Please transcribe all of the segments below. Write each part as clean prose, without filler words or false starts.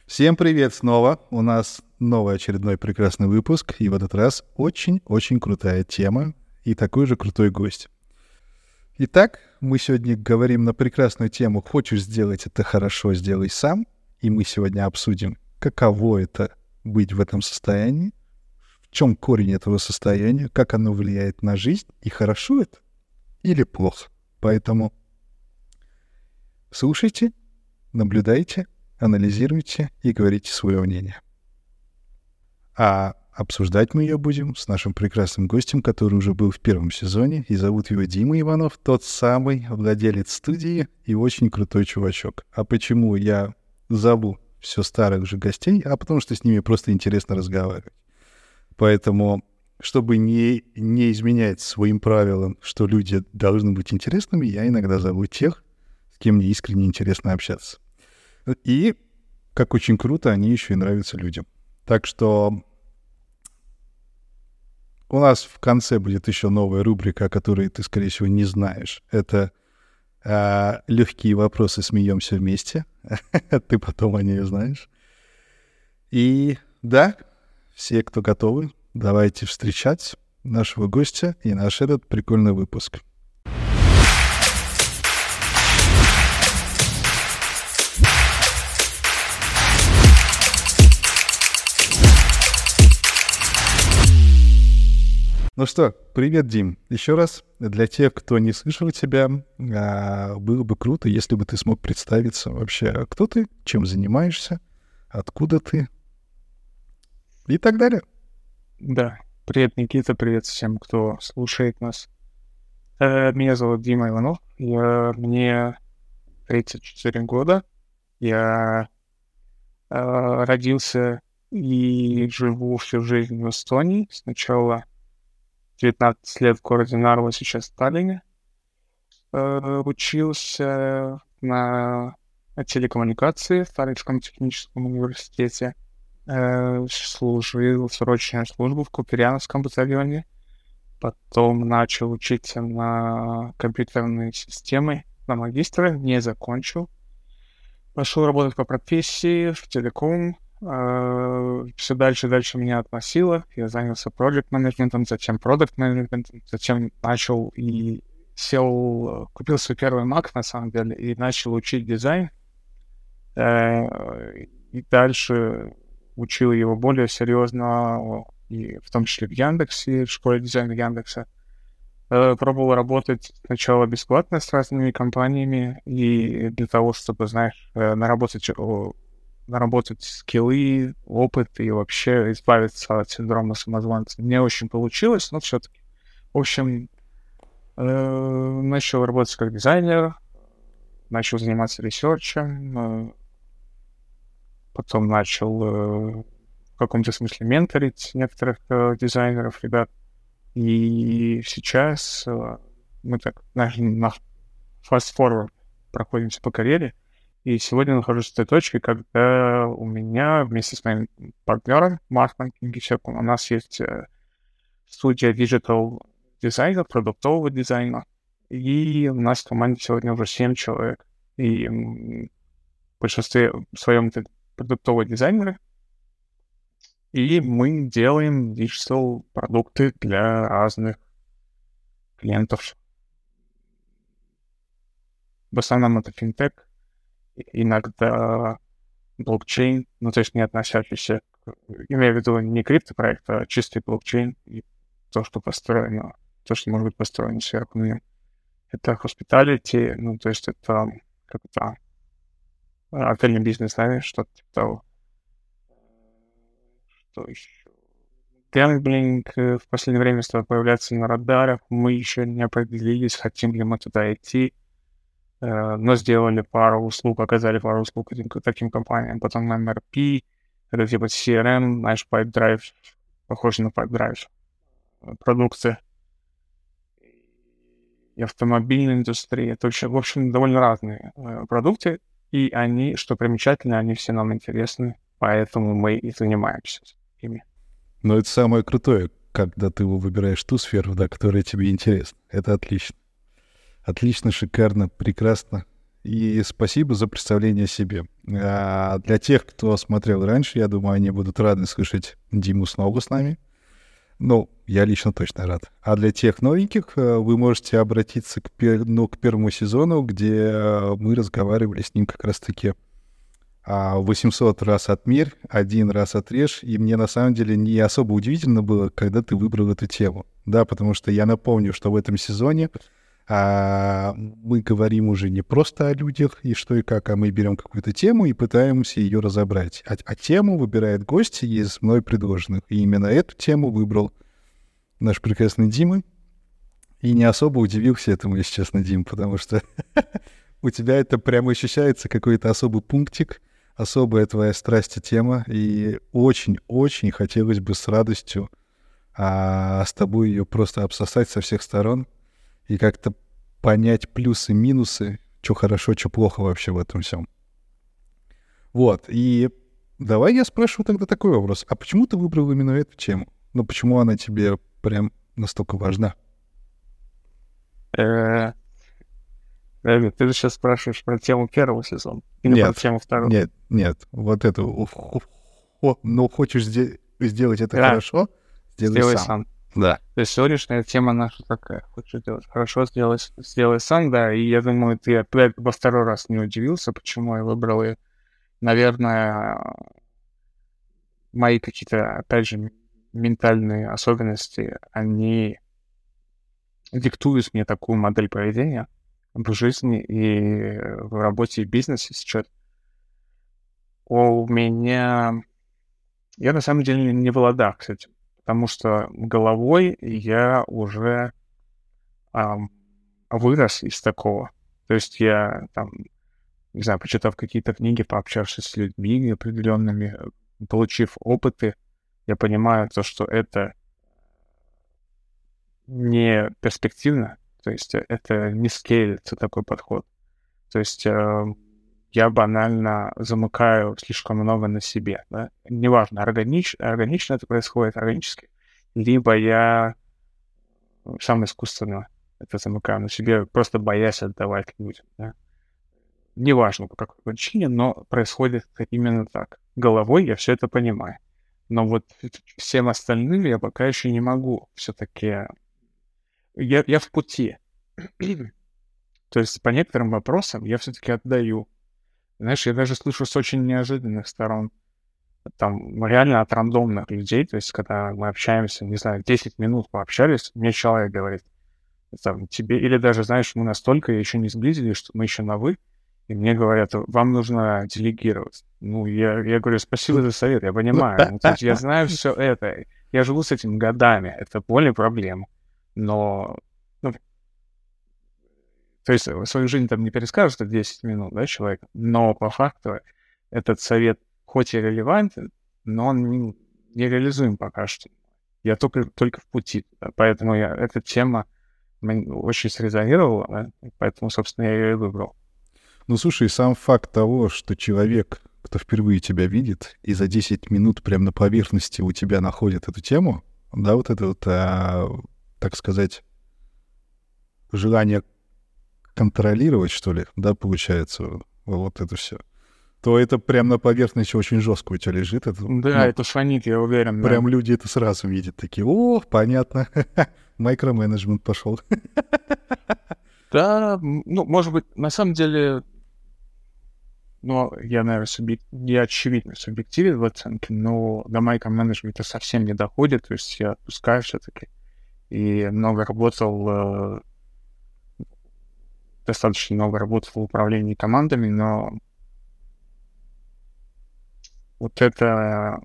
Всем привет снова. У нас новый очередной прекрасный выпуск, и в этот раз очень-очень крутая тема и такой же крутой гость. Итак, мы сегодня говорим на прекрасную тему «Хочешь сделать это хорошо, сделай сам», и мы сегодня обсудим, каково это быть в этом состоянии, в чем корень этого состояния, как оно влияет на жизнь, и хорошо это или плохо. Поэтому слушайте, наблюдайте, анализируйте и говорите свое мнение. А обсуждать мы ее будем с нашим прекрасным гостем, который уже был в первом сезоне, и зовут его Дима Иванов, тот самый владелец студии и очень крутой чувачок. А почему я зову все старых же гостей? А потому что с ними просто интересно разговаривать. Поэтому, чтобы не изменять своим правилам, что люди должны быть интересными, я иногда зову тех, с кем мне искренне интересно общаться. И, как очень круто, они еще и нравятся людям. Так что у нас в конце будет еще новая рубрика, о которой ты, скорее всего, не знаешь. Это легкие вопросы, смеемся вместе. Ты потом о ней узнаешь. И да, все, кто готовы, давайте встречать нашего гостя и наш этот прикольный выпуск. Ну что, привет, Дим. Еще раз, для тех, кто не слышал тебя, было бы круто, если бы ты смог представиться вообще, кто ты, чем занимаешься, откуда ты и так далее. Да, привет, Никита, привет всем, кто слушает нас. Меня зовут Дима Иванов, мне 34 года, я родился и живу всю жизнь в Эстонии. Сначала 19 лет в городе Нарва, сейчас в Таллине. Учился на телекоммуникации в Таллинском техническом университете. Служил срочную службу в Купряновском батальоне. Потом начал учиться на компьютерные системы на магистра, не закончил. Пошел работать по профессии в телеком. Все дальше и дальше меня относило. Я занялся проект-менеджментом, затем продакт-менеджментом, затем начал и купил свой первый Mac, на самом деле, и начал учить дизайн. И дальше учил его более серьезно, и в том числе в Яндексе, в школе дизайна Яндекса. Пробовал работать сначала бесплатно с разными компаниями, и для того, чтобы, знаешь, наработать скиллы, опыт и вообще избавиться от синдрома самозванца. Не очень получилось, но все-таки. В общем, начал работать как дизайнер, начал заниматься ресерчем, потом начал в каком-то смысле менторить некоторых дизайнеров, ребят. И сейчас мы так на fast-forward проходимся по карьере. И сегодня нахожусь в той точке, когда у меня вместе с моим партнером Марком Кингисепом у нас есть студия диджитал дизайна, продуктового дизайна. И у нас в команде сегодня уже 7 человек. И в большинстве своем это продуктовые дизайнеры. И мы делаем диджитал-продукты для разных клиентов. В основном это финтех, иногда блокчейн, ну, то есть не относящийся имею в виду не криптопроект, а чистый блокчейн и то, что построено, то, что может быть построено сверху на нем. Это hospitality, ну, то есть это как-то отельный бизнес, да, что-то типа того. Что еще? Гэмблинг в последнее время стал появляться на радарах. Мы еще не определились, хотим ли мы туда идти. Но сделали пару услуг, оказали пару услуг таким компаниям. Потом MRP, это типа CRM, наш Pipedrive, похоже на Pipedrive продукты. И автомобильная индустрия. Это в общем, довольно разные продукты. И они, что примечательно, они все нам интересны. Поэтому мы и занимаемся ими. Но это самое крутое, когда ты выбираешь ту сферу, да, которая тебе интересна. Это отлично. Отлично, шикарно, прекрасно. и спасибо за представление о себе. А для тех, кто смотрел раньше, я думаю, они будут рады слышать Диму снова с нами. Ну, я лично точно рад. А для тех новеньких вы можете обратиться к первому сезону, где мы разговаривали с ним как раз-таки 800 раз отмерь, 1 раз отрежь. И мне на самом деле не особо удивительно было, когда ты выбрал эту тему. Да, потому что я напомню, что в этом сезоне мы говорим уже не просто о людях и что и как, а мы берем какую-то тему и пытаемся ее разобрать. А тему выбирает гость из мной предложенных. И именно эту тему выбрал наш прекрасный Дима. И не особо удивился этому, если честно, Дим, потому что у тебя это прямо ощущается какой-то особый пунктик, особая твоя страсть и тема. И очень-очень хотелось бы с радостью с тобой ее просто обсосать со всех сторон и как-то понять плюсы, минусы, что хорошо, что плохо вообще в этом всем. Вот, и давай я спрошу тогда такой вопрос. А почему ты выбрал именно эту тему? Ну, почему она тебе прям настолько важна? Давид, ты же сейчас спрашиваешь про тему первого сезона или про тему второго? Нет, вот эту. Ну, хочешь сделать это хорошо, сделай сам. Да. То есть сегодняшняя тема наша такая. Хочешь сделать хорошо, сделай сам, да. И я думаю, ты опять во второй раз не удивился, почему я выбрал ее. Наверное, мои какие-то, опять же, ментальные особенности, они диктуют мне такую модель поведения в жизни и в работе и бизнесе сейчас. У меня... Я на самом деле не в ладах с этим. Потому что головой я уже вырос из такого. То есть я там, не знаю, почитав какие-то книги, пообщавшись с людьми определенными, получив опыты, я понимаю то, что это не перспективно, то есть это не скейлится такой подход. То есть я банально замыкаю слишком много на себе, да? Неважно, органично это происходит, органически, либо я сам искусственно это замыкаю на себе, просто боясь отдавать людям, да? Неважно, по какой причине, но происходит именно так. Головой я все это понимаю. Но вот всем остальным я пока еще не могу все-таки... Я в пути. То есть по некоторым вопросам я все-таки отдаю. Знаешь, я даже слышу с очень неожиданных сторон, там, реально от рандомных людей, то есть, когда мы общаемся, не знаю, 10 минут пообщались, мне человек говорит, там, тебе, или даже, знаешь, мы настолько еще не сблизились, что мы еще на «вы», и мне говорят, вам нужно делегировать. Ну, я говорю, спасибо за совет, я понимаю, ну, то есть я знаю все это, я живу с этим годами, это более проблема, но... То есть свою жизнь там не перескажешь за 10 минут, да, человек, но по факту этот совет хоть и релевантен, но он не реализуем пока что. Я только в пути. Да, поэтому эта тема очень срезонировала, да, поэтому, собственно, я ее и выбрал. Ну, слушай, сам факт того, что человек, кто впервые тебя видит, и за 10 минут прямо на поверхности у тебя находит эту тему, да, вот это вот, так сказать, желание контролировать, что ли, да, получается, вот это все, то это прям на поверхности очень жестко у тебя лежит. Это, да, это фонит, я уверен. Прям да. люди это сразу видят, такие, о, понятно, микроменеджмент пошел. Да, ну, может быть, на самом деле, ну, я, наверное, я очевидно субъективен в оценке, но до микроменеджмента совсем не доходит, то есть я отпускаю все-таки. И достаточно много работал в управлении командами, но вот это...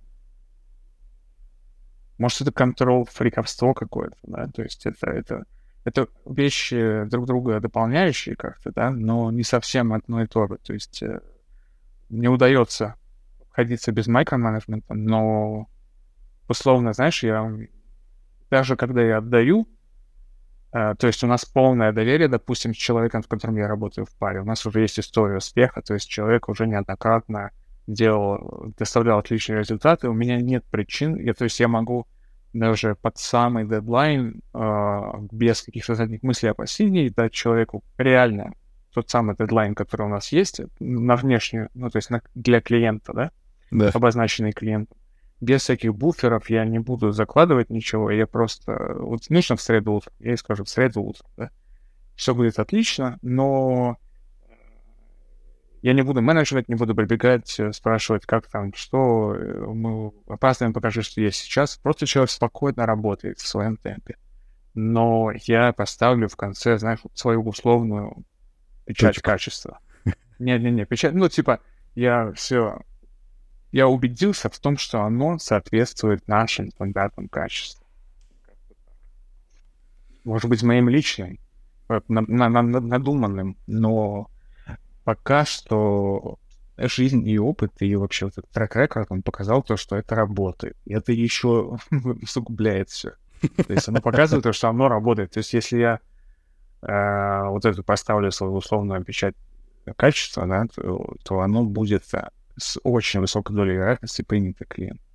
Может, это контрол-фриковство какое-то, да, то есть это вещи друг друга дополняющие как-то, да, но не совсем одно и то же. То есть не удается обходиться без микроменеджмента, но условно, знаешь, даже когда я отдаю, то есть у нас полное доверие, допустим, с человеком, с которым я работаю в паре, у нас уже есть история успеха, то есть человек уже неоднократно доставлял отличные результаты, у меня нет причин, то есть я могу даже под самый дедлайн, без каких-то задних мыслей, опасений, дать человеку реально тот самый дедлайн, который у нас есть на внешнюю, ну, то есть для клиента, да, Да. обозначенный клиентом. Без всяких буферов я не буду закладывать ничего, я просто... Вот нужно в среду утром, я ей скажу, в среду утром, да. Все будет отлично, но я не буду менеджерить, не буду прибегать, спрашивать, как там, что, мы опаздываем, покажи, что есть сейчас. Просто человек спокойно работает в своем темпе. Но я поставлю в конце, знаешь, свою условную печать Точку. качества. Не-не-не, печать, ну, типа, я убедился в том, что оно соответствует нашим стандартам качества. Может быть, моим личным, надуманным, но пока что жизнь и опыт, и вообще вот этот трек-рекорд, он показал то, что это работает. И это еще усугубляет все. То есть оно показывает то, что оно работает. То есть если я вот эту поставлю свою условную печать качества, да, то оно будет с очень высокой долей вероятности принято клиентом.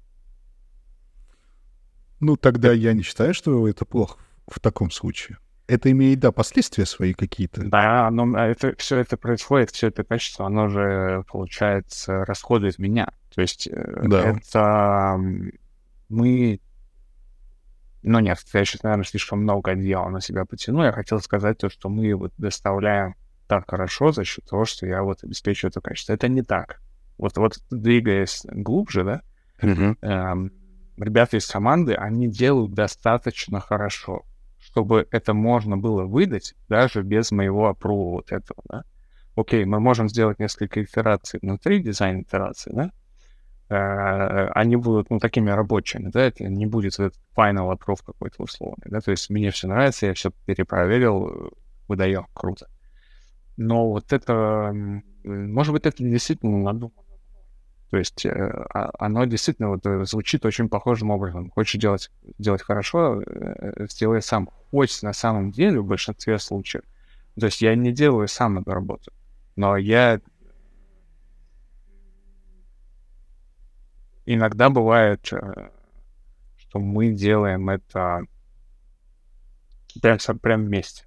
Ну, тогда я не считаю, что это плохо в таком случае. Это имеет, да, последствия свои какие-то. Да, все это происходит, все это качество, оно же, получается, расходует меня. То есть Да. это мы... Ну нет, я сейчас, наверное, слишком много одеяла на себя потяну. Я хотел сказать то, что мы вот доставляем так хорошо за счет того, что я вот обеспечиваю это качество. Это не так. Вот двигаясь глубже, да, ребята из команды, они делают достаточно хорошо, чтобы это можно было выдать даже без моего аппрува вот этого, да. Окей, мы можем сделать несколько итераций внутри дизайн-итераций, да, они будут, ну, такими рабочими, да, это не будет final approve какой-то условный, да, то есть мне все нравится, я все перепроверил, выдаем, круто. Но вот это, может быть, это действительно надумано. То есть оно действительно вот звучит очень похожим образом. Хочешь делать хорошо, сделай сам. Хоть на самом деле в большинстве случаев. То есть я не делаю сам эту работу, но я... Иногда бывает, что мы делаем это прям вместе.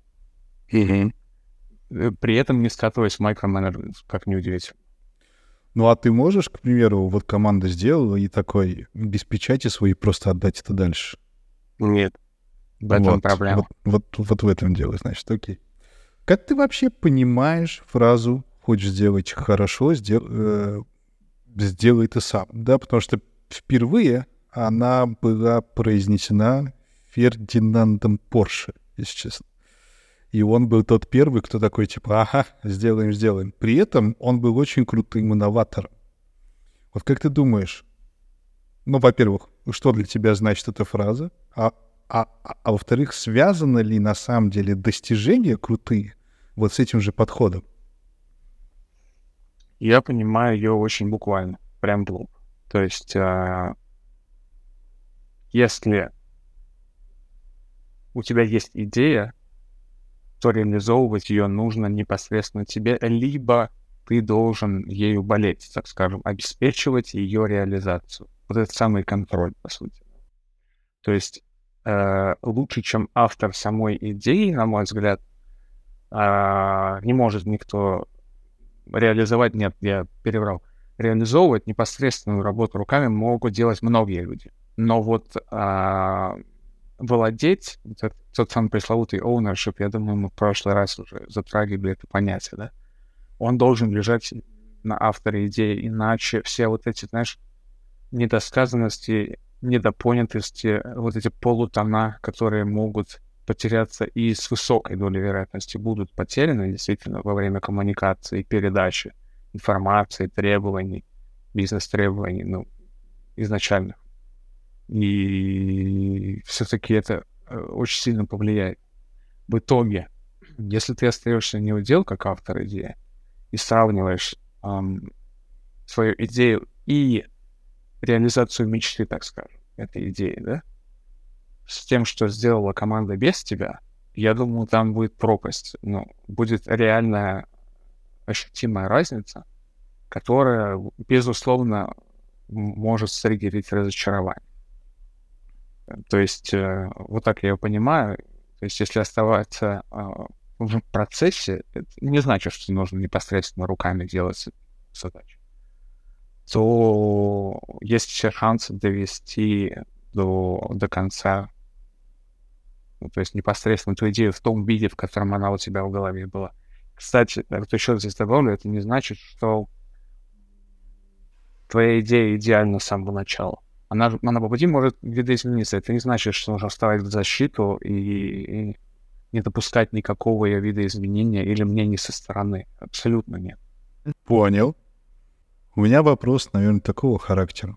При этом не скатываясь в микроменеджмент, как ни удивительно. Ну, а ты можешь, к примеру, вот команда сделала и такой без печати своей просто отдать это дальше? Нет. В этом проблема. Вот в этом дело, значит, окей. Как ты вообще понимаешь фразу «хочешь сделать хорошо, сделай ты сам», да? Потому что впервые она была произнесена Фердинандом Порше, если честно. И он был тот первый, кто такой, типа, ага, сделаем. При этом он был очень крутым инноватором. Вот как ты думаешь, ну, во-первых, что для тебя значит эта фраза? А во-вторых, связано ли на самом деле достижения крутые вот с этим же подходом? Я понимаю ее очень буквально, прям глубь. То есть, если у тебя есть идея, то реализовывать ее нужно непосредственно тебе, либо ты должен ею болеть, так скажем, обеспечивать ее реализацию. Вот это самый контроль, по сути. То есть лучше, чем автор самой идеи, на мой взгляд, не может никто реализовать, нет, я переврал, реализовывать непосредственную работу руками могут делать многие люди. Но вот владеть, тот самый пресловутый ownership, я думаю, мы в прошлый раз уже затрагивали это понятие, да, он должен лежать на авторе идеи, иначе все вот эти, знаешь, недосказанности, недопонятости, вот эти полутона, которые могут потеряться и с высокой долей вероятности будут потеряны действительно во время коммуникации, передачи информации, требований, бизнес-требований, ну, изначально. И все-таки это очень сильно повлияет. В итоге, если ты остаешься неудел как автор идеи и сравниваешь свою идею и реализацию мечты, так скажем, этой идеи, да, с тем, что сделала команда без тебя, я думаю, там будет пропасть. Ну, будет реальная ощутимая разница, которая, безусловно, может стриггерить разочарование. То есть, вот так я ее понимаю. То есть, если оставаться в процессе, это не значит, что нужно непосредственно руками делать задачу, то есть все шансы довести до конца, ну, то есть непосредственно ту идею в том виде, в котором она у тебя в голове была. Кстати, вот еще здесь добавлю, это не значит, что твоя идея идеальна с самого начала. Она по пути может видоизмениться. Это не значит, что нужно вставать в защиту и не допускать никакого ее видоизменения или мнений со стороны. Абсолютно нет. Понял. У меня вопрос, наверное, такого характера.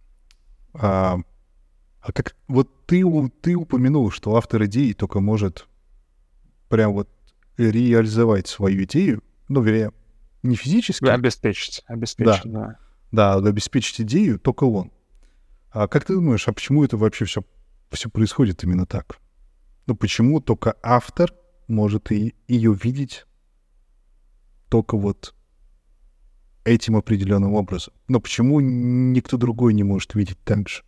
Как вот ты упомянул, что автор идеи только может прям вот реализовать свою идею, ну, вернее, не физически. Обеспечить, да. Да, обеспечить идею только он. А как ты думаешь, а почему это вообще все происходит именно так? Ну, почему только автор может ее видеть только вот этим определенным образом? Но почему никто другой не может видеть так же?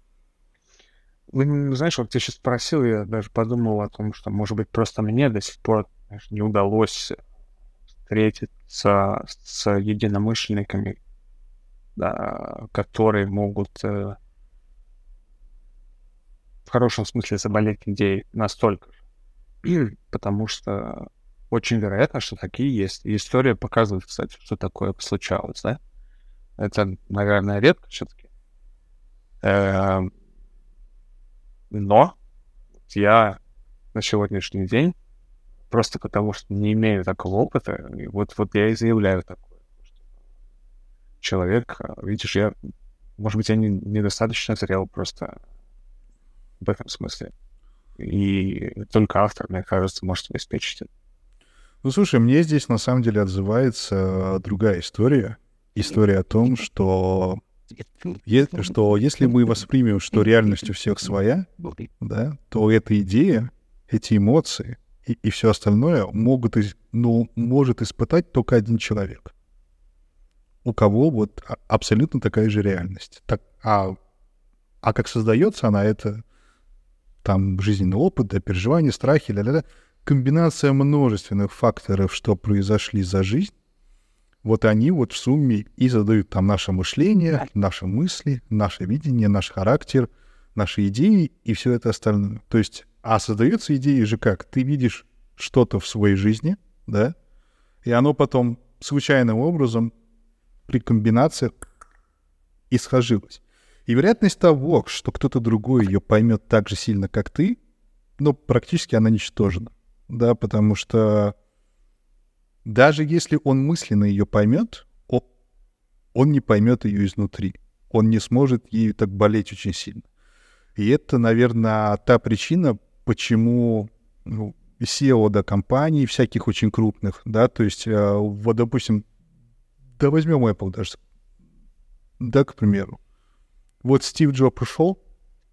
Знаешь, вот ты сейчас спросил, я даже подумал о том, что, может быть, просто мне до сих пор, знаешь, не удалось встретиться с единомышленниками, да, которые могут в хорошем смысле заболеть идеей настолько же. Потому что очень вероятно, что такие есть. И история показывает, кстати, что такое случалось, да? Это, наверное, редко все-таки. Но я на сегодняшний день, просто потому что не имею такого опыта, и вот я и заявляю такое. Человек, видишь, может быть, я недостаточно зрел просто в этом смысле. И только автор, мне кажется, может обеспечить это. Ну, слушай, мне здесь на самом деле отзывается другая история. История о том, что если мы воспримем, что реальность у всех своя, да, то эта идея, эти эмоции и все остальное может испытать только один человек. У кого вот абсолютно такая же реальность. А как создается она, это там жизненный опыт, да, переживания, страхи, комбинация множественных факторов, что произошли за жизнь, вот они вот в сумме и задают там наше мышление, наши мысли, наше видение, наш характер, наши идеи и все это остальное. То есть, создается идея же как? Ты видишь что-то в своей жизни, да, и оно потом случайным образом при комбинациях и сложилось. И вероятность того, что кто-то другой ее поймет так же сильно, как ты, практически она ничтожна, да, потому что даже если он мысленно ее поймет, он не поймет ее изнутри. Он не сможет ею так болеть очень сильно. И это, наверное, та причина, почему SEO, да, компаний всяких очень крупных, да, то есть, вот, допустим, да возьмем Apple даже, да, к примеру. Вот Стив Джобс пришел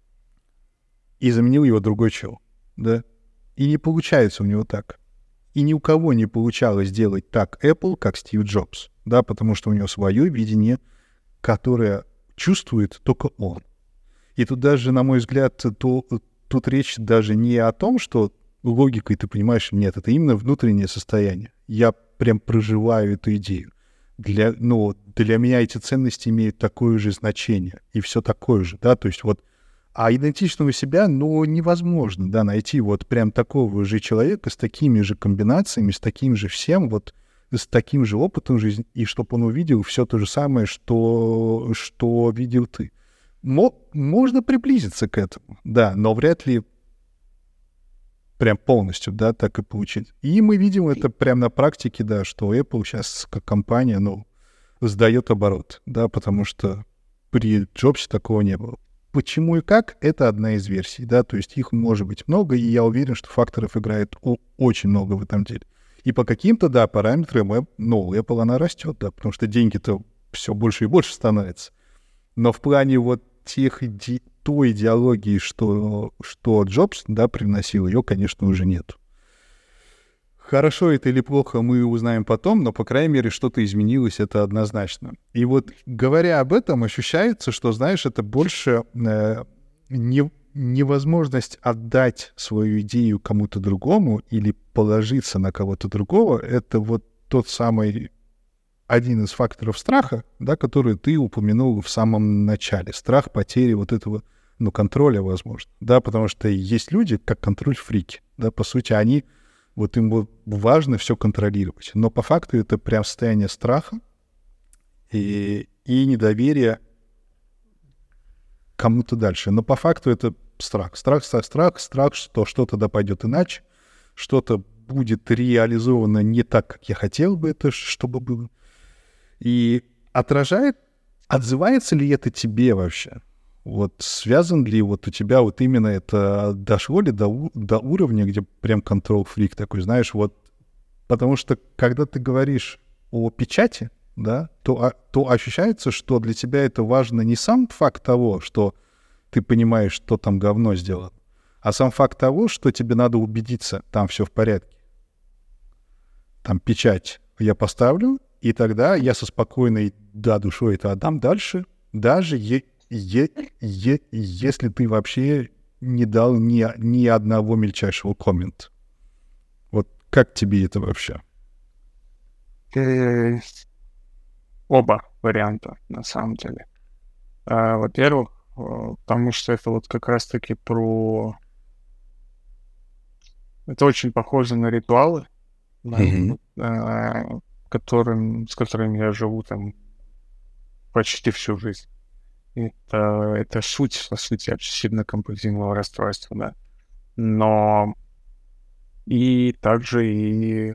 и заменил его другой чел, да, и не получается у него так. И ни у кого не получалось сделать так Apple, как Стив Джобс, да, потому что у него свое видение, которое чувствует только он. И тут даже, на мой взгляд, тут речь даже не о том, что логикой ты понимаешь, нет, это именно внутреннее состояние. Я прям проживаю эту идею. Для меня эти ценности имеют такое же значение, и все такое же, да, то есть вот, а идентичного себя, невозможно, да, найти вот прям такого же человека с такими же комбинациями, с таким же всем, вот, с таким же опытом жизни, и чтобы он увидел все то же самое, что видел ты. Можно приблизиться к этому, да, но вряд ли прям полностью, да, так и получить. И мы видим это прямо на практике, да, что Apple сейчас как компания, сдает оборот, да, потому что при Джобсе такого не было. Почему и как, это одна из версий, да, то есть их может быть много, и я уверен, что факторов играет очень много в этом деле. И по каким-то, да, параметрам, Apple, она растет, да, потому что деньги-то все больше и больше становятся. Но в плане вот той идеологии, что Джобс, да, привносил, ее, конечно, уже нет. Хорошо это или плохо, мы узнаем потом, но, по крайней мере, что-то изменилось, это однозначно. И вот, говоря об этом, ощущается, что, знаешь, это больше не невозможность отдать свою идею кому-то другому или положиться на кого-то другого — это вот тот самый один из факторов страха, да, который ты упомянул в самом начале. Страх потери вот этого, контроля, возможно. Да, потому что есть люди, как контроль-фрики. Да, по сути, они, вот им вот важно все контролировать. Но по факту это прям состояние страха и недоверия кому-то дальше. Но по факту это страх, что что-то да пойдет иначе, что-то будет реализовано не так, как я хотел бы это, чтобы было. И отзывается ли это тебе вообще? Вот связан ли вот у тебя вот именно это, дошло ли до уровня, где прям контрол-фрик такой, знаешь, вот, потому что когда ты говоришь о печати, да, то ощущается, что для тебя это важно не сам факт того, что ты понимаешь, что там говно сделано, а сам факт того, что тебе надо убедиться, там все в порядке. Там печать я поставлю, и тогда я со спокойной, душой это отдам дальше, даже если ты вообще не дал ни одного мельчайшего коммента. Вот как тебе это вообще? Оба варианта, на самом деле. Во-первых, потому что это вот как раз-таки про... Это очень похоже на ритуалы, да, с которыми я живу там почти всю жизнь. Это суть, по сути, обсессивно-компульсивного расстройства, да. Но и также и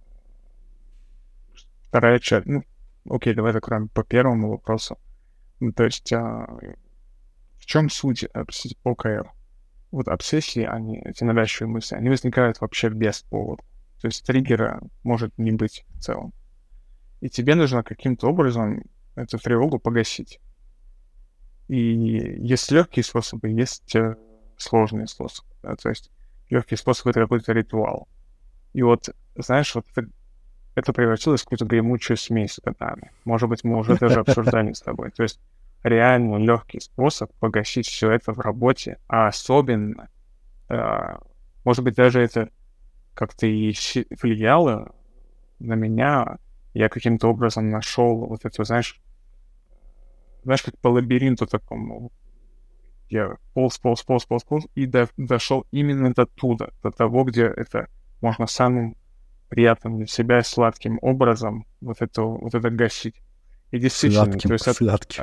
вторая часть... окей, давай закроем по первому вопросу. То есть в чем суть ОКР? Вот обсессии, эти навязчивые мысли, они возникают вообще без повода. То есть триггера может не быть в целом. И тебе нужно каким-то образом эту тревогу погасить. И есть легкие способы, есть сложные способы. Да? То есть легкий способ — это какой-то ритуал. И вот, знаешь, вот это превратилось в какую-то гремучую смесь с годами. Может быть, мы уже даже обсуждали с тобой. То есть реально легкий способ погасить все это в работе, а особенно, может быть, даже это как-то и влияло на меня. Я каким-то образом нашел вот это, знаешь, как по лабиринту такому. Я полз, и дошел именно до туда, до того, где это можно самым приятным для себя сладким образом вот это гасить. И действительно, то есть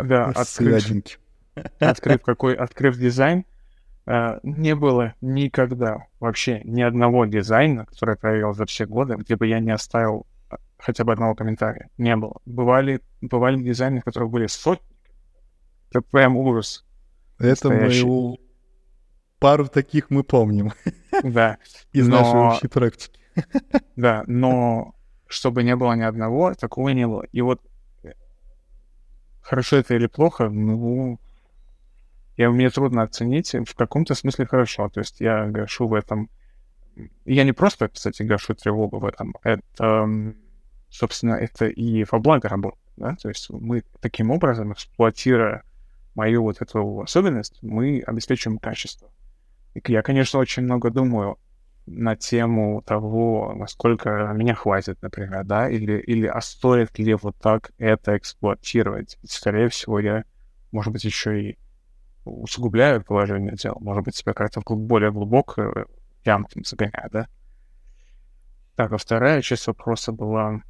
открыв дизайн, не было никогда вообще ни одного дизайна, который я проверил за все годы, где бы я не оставил хотя бы одного комментария. Не было. Бывали дизайны, в которых были сотни. Это прям ужас. Это пару таких мы помним. Да. Из нашей общей практики. Да, но чтобы не было ни одного, такого не было. И вот хорошо это или плохо, мне трудно оценить. В каком-то смысле хорошо. То есть я гашу в этом... Я не просто, кстати, гашу тревогу в этом. Это, собственно, это и во благо работы. Да? То есть мы таким образом, эксплуатируя мою вот эту особенность, мы обеспечиваем качество. И я, конечно, очень много думаю на тему того, насколько меня хватит, например, да, или а стоит ли вот так это эксплуатировать. Ведь, скорее всего, я, может быть, еще и усугубляю положение дел, может быть, себя как-то более глубоко яму там загоняю, да. Так, а вторая часть вопроса была...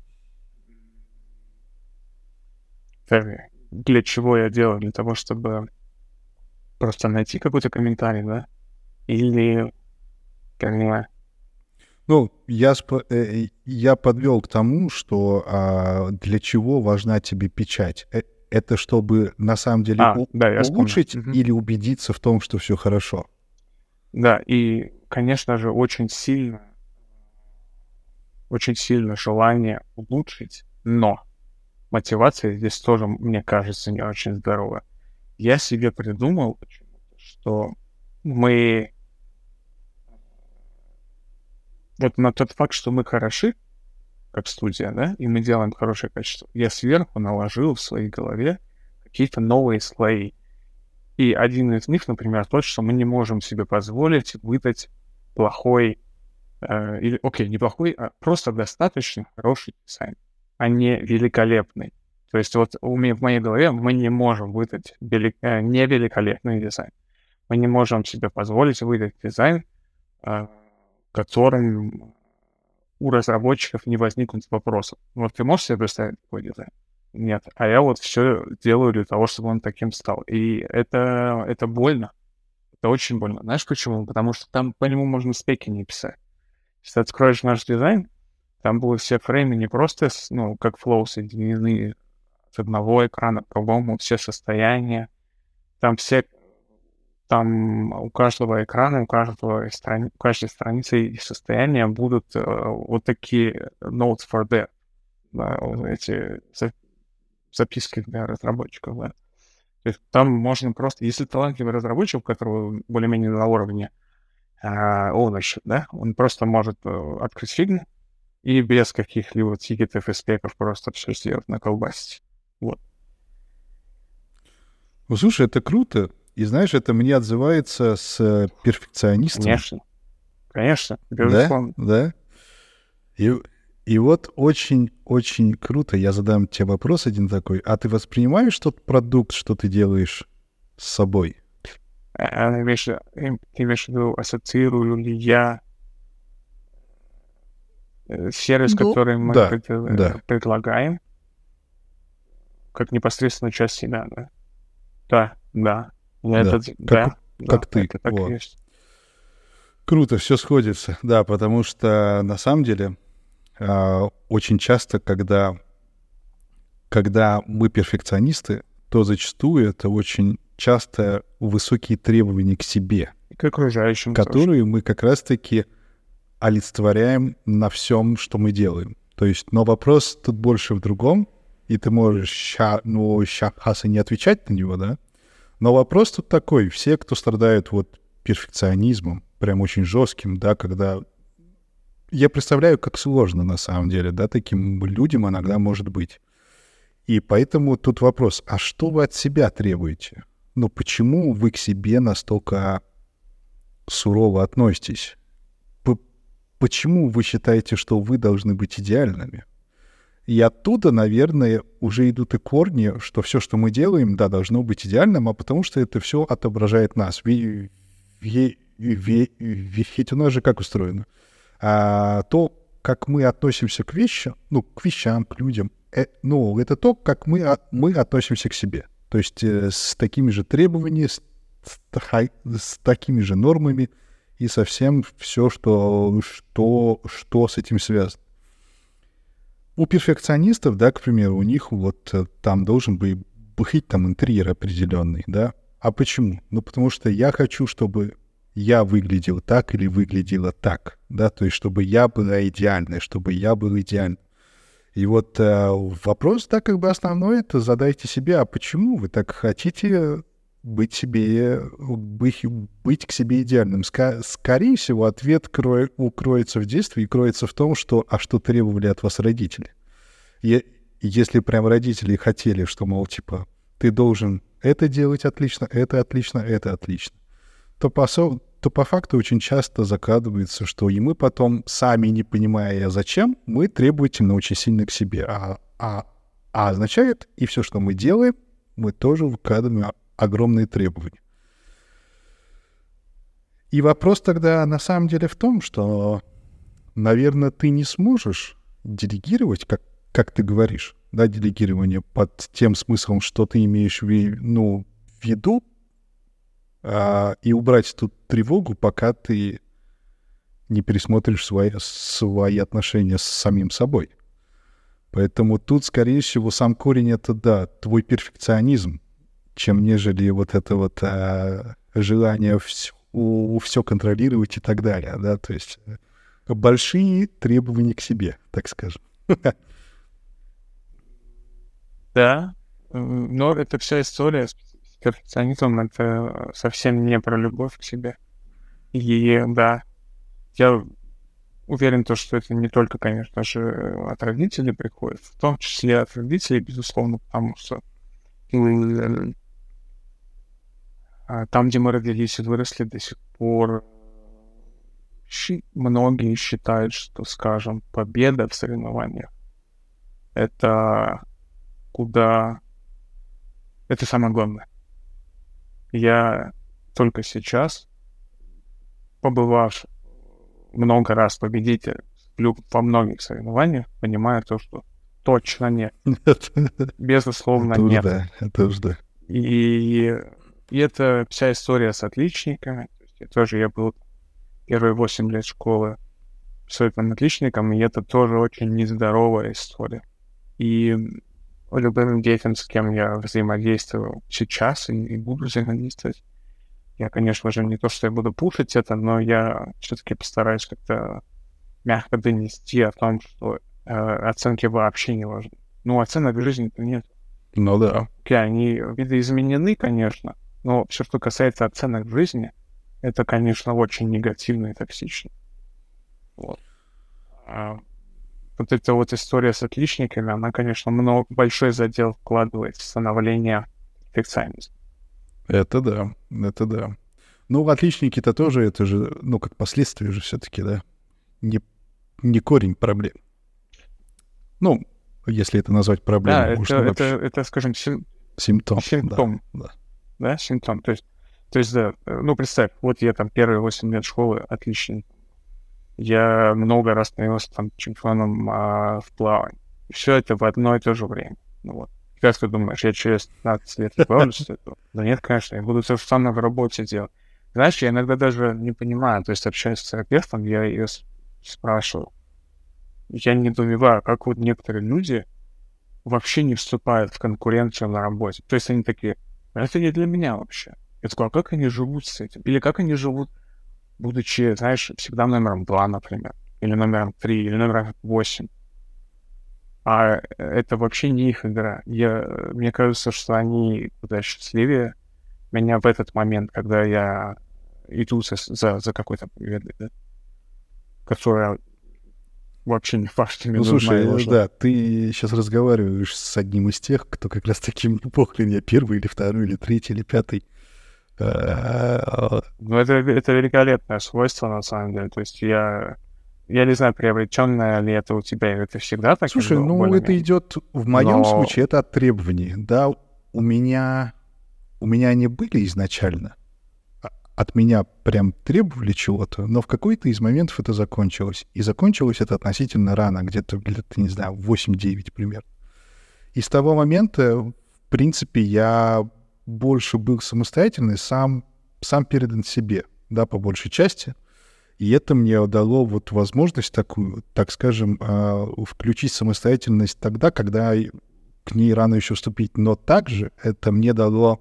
Для чего я делаю? Для того, чтобы просто найти какой-то комментарий, да? Или... Понимаю. Я подвел к тому, что для чего важна тебе печать. Это чтобы на самом деле улучшить или убедиться в том, что все хорошо. Да, и, конечно же, очень сильно желание улучшить, но мотивация здесь тоже, мне кажется, не очень здоровая. Я себе придумал почему-то, что мы... Вот на тот факт, что мы хороши, как студия, да, и мы делаем хорошее качество, я сверху наложил в своей голове какие-то новые слои. И один из них, например, тот, что мы не можем себе позволить выдать плохой, неплохой, а просто достаточно хороший дизайн, а не великолепный. То есть вот в моей голове мы не можем выдать не великолепный дизайн. Мы не можем себе позволить выдать дизайн, которым у разработчиков не возникнут вопросов. Вот ты можешь себе представить такой дизайн? Нет. А я вот все делаю для того, чтобы он таким стал. И это больно. Это очень больно. Знаешь почему? Потому что там по нему можно спеки не писать. Если ты откроешь наш дизайн, там будут все фреймы не просто, как флоу соединены с одного экрана к другому, все состояния. Там у каждого экрана, у каждой страницы и состояния будут вот такие notes for dev, да, вот эти записки для разработчиков. Да. То есть там можно просто, если талантливый разработчик, у которого более-менее на уровне ownership, да, он просто может открыть фигму и без каких-либо тикетов и спеков просто все сделать, наколбасить. Вот. Ну, слушай, это круто. И знаешь, это мне отзывается с перфекционистом. Конечно, безусловно. Да. И вот очень-очень круто. Я задам тебе вопрос один такой. А ты воспринимаешь тот продукт, что ты делаешь с собой? Ты имеешь в виду, ассоциирую ли я сервис, который мы предлагаем, как непосредственно часть себя, да? Да. Как ты. Это так и есть. Круто, все сходится. Да, потому что на самом деле очень часто, когда мы перфекционисты, то зачастую это очень часто высокие требования к себе, к окружающим, которые мы как раз-таки олицетворяем на всем, что мы делаем. То есть, но вопрос тут больше в другом, и ты можешь сейчас и не отвечать на него, да? Но вопрос тут такой: все, кто страдают вот перфекционизмом, прям очень жестким, да, когда... Я представляю, как сложно на самом деле, да, таким людям иногда может быть. И поэтому тут вопрос: а что вы от себя требуете? Ну, почему вы к себе настолько сурово относитесь? Почему вы считаете, что вы должны быть идеальными? И оттуда, наверное, уже идут и корни, что все, что мы делаем, да, должно быть идеальным, а потому что это все отображает нас. Ведь у нас же как устроено? То, как мы относимся к вещам, к вещам, к людям, это то, как мы относимся к себе. То есть с такими же требованиями, с такими же нормами и совсем все, что с этим связано. У перфекционистов, да, к примеру, у них вот там должен быть там интерьер определенный, да. А почему? Потому что я хочу, чтобы я выглядел так или выглядела так, да, то есть чтобы я была идеальной, чтобы я был идеальным. И вот вопрос, да, как бы основной, это задайте себе: а почему вы так хотите быть к себе идеальным? Скорее всего, ответ укроется в детстве и кроется в том, что требовали от вас родители. Если прям родители хотели, что, мол, типа, ты должен это делать отлично, это отлично, это отлично, то по факту очень часто закладывается, что и мы потом, сами не понимая зачем, мы требовательны очень сильно к себе. А означает, и все, что мы делаем, мы тоже вкладываем огромные требования. И вопрос тогда на самом деле в том, что, наверное, ты не сможешь делегировать, как ты говоришь, да, делегирование под тем смыслом, что ты имеешь в виду, и убрать тут тревогу, пока ты не пересмотришь свои отношения с самим собой. Поэтому тут, скорее всего, сам корень — это, да, твой перфекционизм, чем нежели вот это вот желание все контролировать и так далее, да, то есть большие требования к себе, так скажем. Да, но это вся история с перфекционизмом, это совсем не про любовь к себе. И да, я уверен, что это не только, конечно же, от родителей приходит, в том числе от родителей, безусловно, потому что там, где мы родились и выросли, до сих пор многие считают, что, скажем, победа в соревнованиях — это это самое главное. Я только сейчас, побывав много раз победителем во многих соревнованиях, понимаю то, что точно нет. Безусловно, это нет. Это уж да. И это вся история с отличниками. То есть я был первые 8 лет школы абсолютным отличником, и это тоже очень нездоровая история. И любым детям, с кем я взаимодействую сейчас и буду взаимодействовать, я, конечно же, не то, что я буду пушить это, но я все-таки постараюсь как-то мягко донести о том, что оценки вообще не важны. Ну, оценок в жизни-то нет. Ну да. Они видоизменены, конечно, но все, что касается оценок в жизни, это, конечно, очень негативно и токсично. Вот. Вот эта вот история с отличниками, она, конечно, большой задел вкладывает в становление перфекционизма. Это да, это да. Ну, отличники-то тоже, это же, ну, как последствия же все-таки, да, не корень проблем. Ну, если это назвать проблемой, да, это, скажем, симптом. Да, симптом. То есть, да, ну, представь, вот я там первые 8 лет школы отличник. Я много раз становился там чемпионом в плавании. Все это в одно и то же время. Ну, вот. Как ты думаешь, я через 15 лет избавлюсь с этого? Да нет, конечно, я буду то же самое в работе делать. Знаешь, я иногда даже не понимаю, то есть общаюсь с терапевтом, я ее спрашиваю. Я недоумеваю, как вот некоторые люди вообще не вступают в конкуренцию на работе. То есть они такие, это не для меня вообще. Я такой, а как они живут с этим? Или как они живут, будучи, знаешь, всегда номером 2, например, или номером 3, или номером 8. А это вообще не их игра. Мне кажется, что они куда счастливее меня в этот момент, когда я иду за какой-то победой, да? Которая вообще не факт, что мне нужна. Ну, слушай, да, ты сейчас разговариваешь с одним из тех, кто как раз-таки мне похрен, я первый, или второй, или третий, или пятый. Ну, это великолепное свойство, на самом деле. То есть я не знаю, приобретенное ли это у тебя, это всегда так? Слушай, ну, это идет, в моем случае, это от требований. Да, у меня они были изначально. От меня прям требовали чего-то, но в какой-то из моментов это закончилось. И закончилось это относительно рано, где-то, не знаю, 8-9 примерно. И с того момента, в принципе, я больше был самостоятельный, сам передан себе, да, по большей части. И это мне дало вот возможность такую, так скажем, включить самостоятельность тогда, когда к ней рано еще вступить. Но также это мне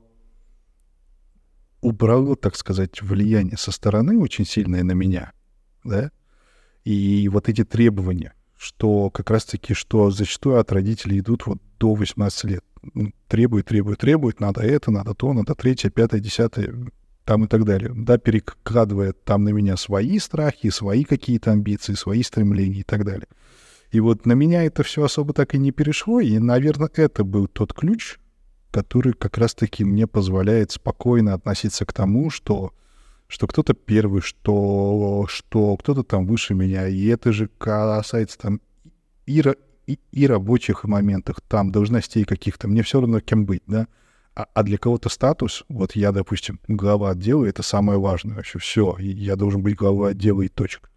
убрало, так сказать, влияние со стороны очень сильное на меня, да, и вот эти требования, что как раз-таки, что зачастую от родителей идут вот до 18 лет. Требуют, надо это, надо то, надо 3, 5, 10, там и так далее. Да, перекладывая там на меня свои страхи, свои какие-то амбиции, свои стремления и так далее. И вот на меня это все особо так и не перешло, и, наверное, это был тот ключ, который как раз-таки мне позволяет спокойно относиться к тому, что кто-то первый, что кто-то там выше меня. И это же касается там и рабочих моментов, там, должностей каких-то. Мне все равно кем быть, да? А для кого-то статус, вот я, допустим, глава отдела, это самое важное вообще. Все, я должен быть главой отдела и точка.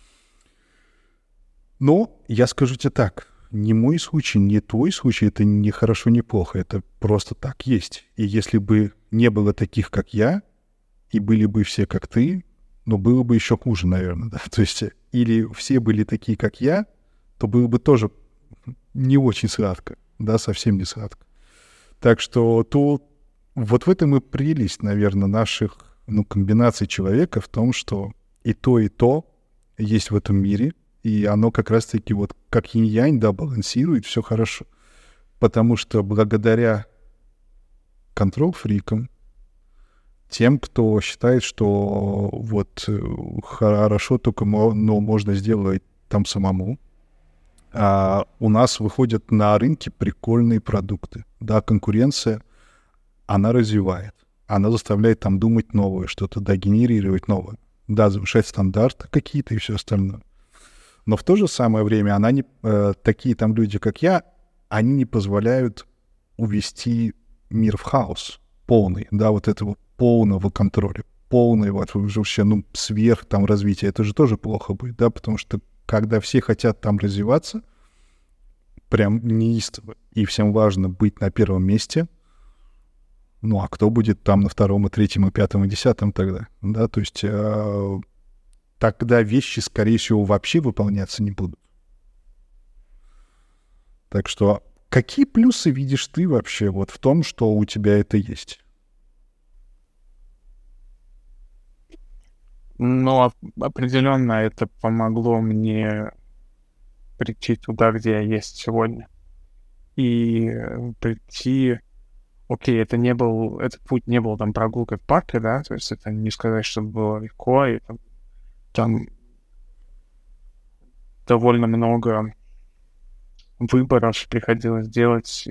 Но я скажу тебе так, не мой случай, не твой случай, это не хорошо, не плохо, это просто так есть. И если бы не было таких, как я, и были бы все, как ты, но было бы еще хуже, наверное, да. То есть, или все были такие, как я, то было бы тоже не очень сладко, да, совсем не сладко. Так что вот в этом и прелесть, наверное, наших, комбинаций человека в том, что и то есть в этом мире, и оно как раз-таки вот как инь-янь, да, балансирует, все хорошо. Потому что благодаря контрол-фрикам, тем, кто считает, что вот хорошо только можно сделать там самому, у нас выходят на рынке прикольные продукты. Да, конкуренция, она развивает. она заставляет там думать новое, что-то, да, генерировать новое. Да, завышать стандарты какие-то и все остальное. Но в то же самое время она не, такие там люди, как я, они не позволяют увести мир в хаос полный, да, вот этого полного контроля, полного вот вообще, ну, сверх там развития. Это же тоже плохо будет, да, потому что когда все хотят там развиваться, прям неистово, и всем важно быть на первом месте, ну, а кто будет там на втором, и третьем, и пятом, и десятом тогда, да, то есть тогда вещи, скорее всего, вообще выполняться не будут. Так что какие плюсы видишь ты вообще вот в том, что у тебя это есть? Ну, определенно это помогло мне прийти туда, где я есть сегодня. И прийти... Окей, этот путь не был там прогулкой в парке, да, то есть это не сказать, что было легко, и там довольно много выборов приходилось делать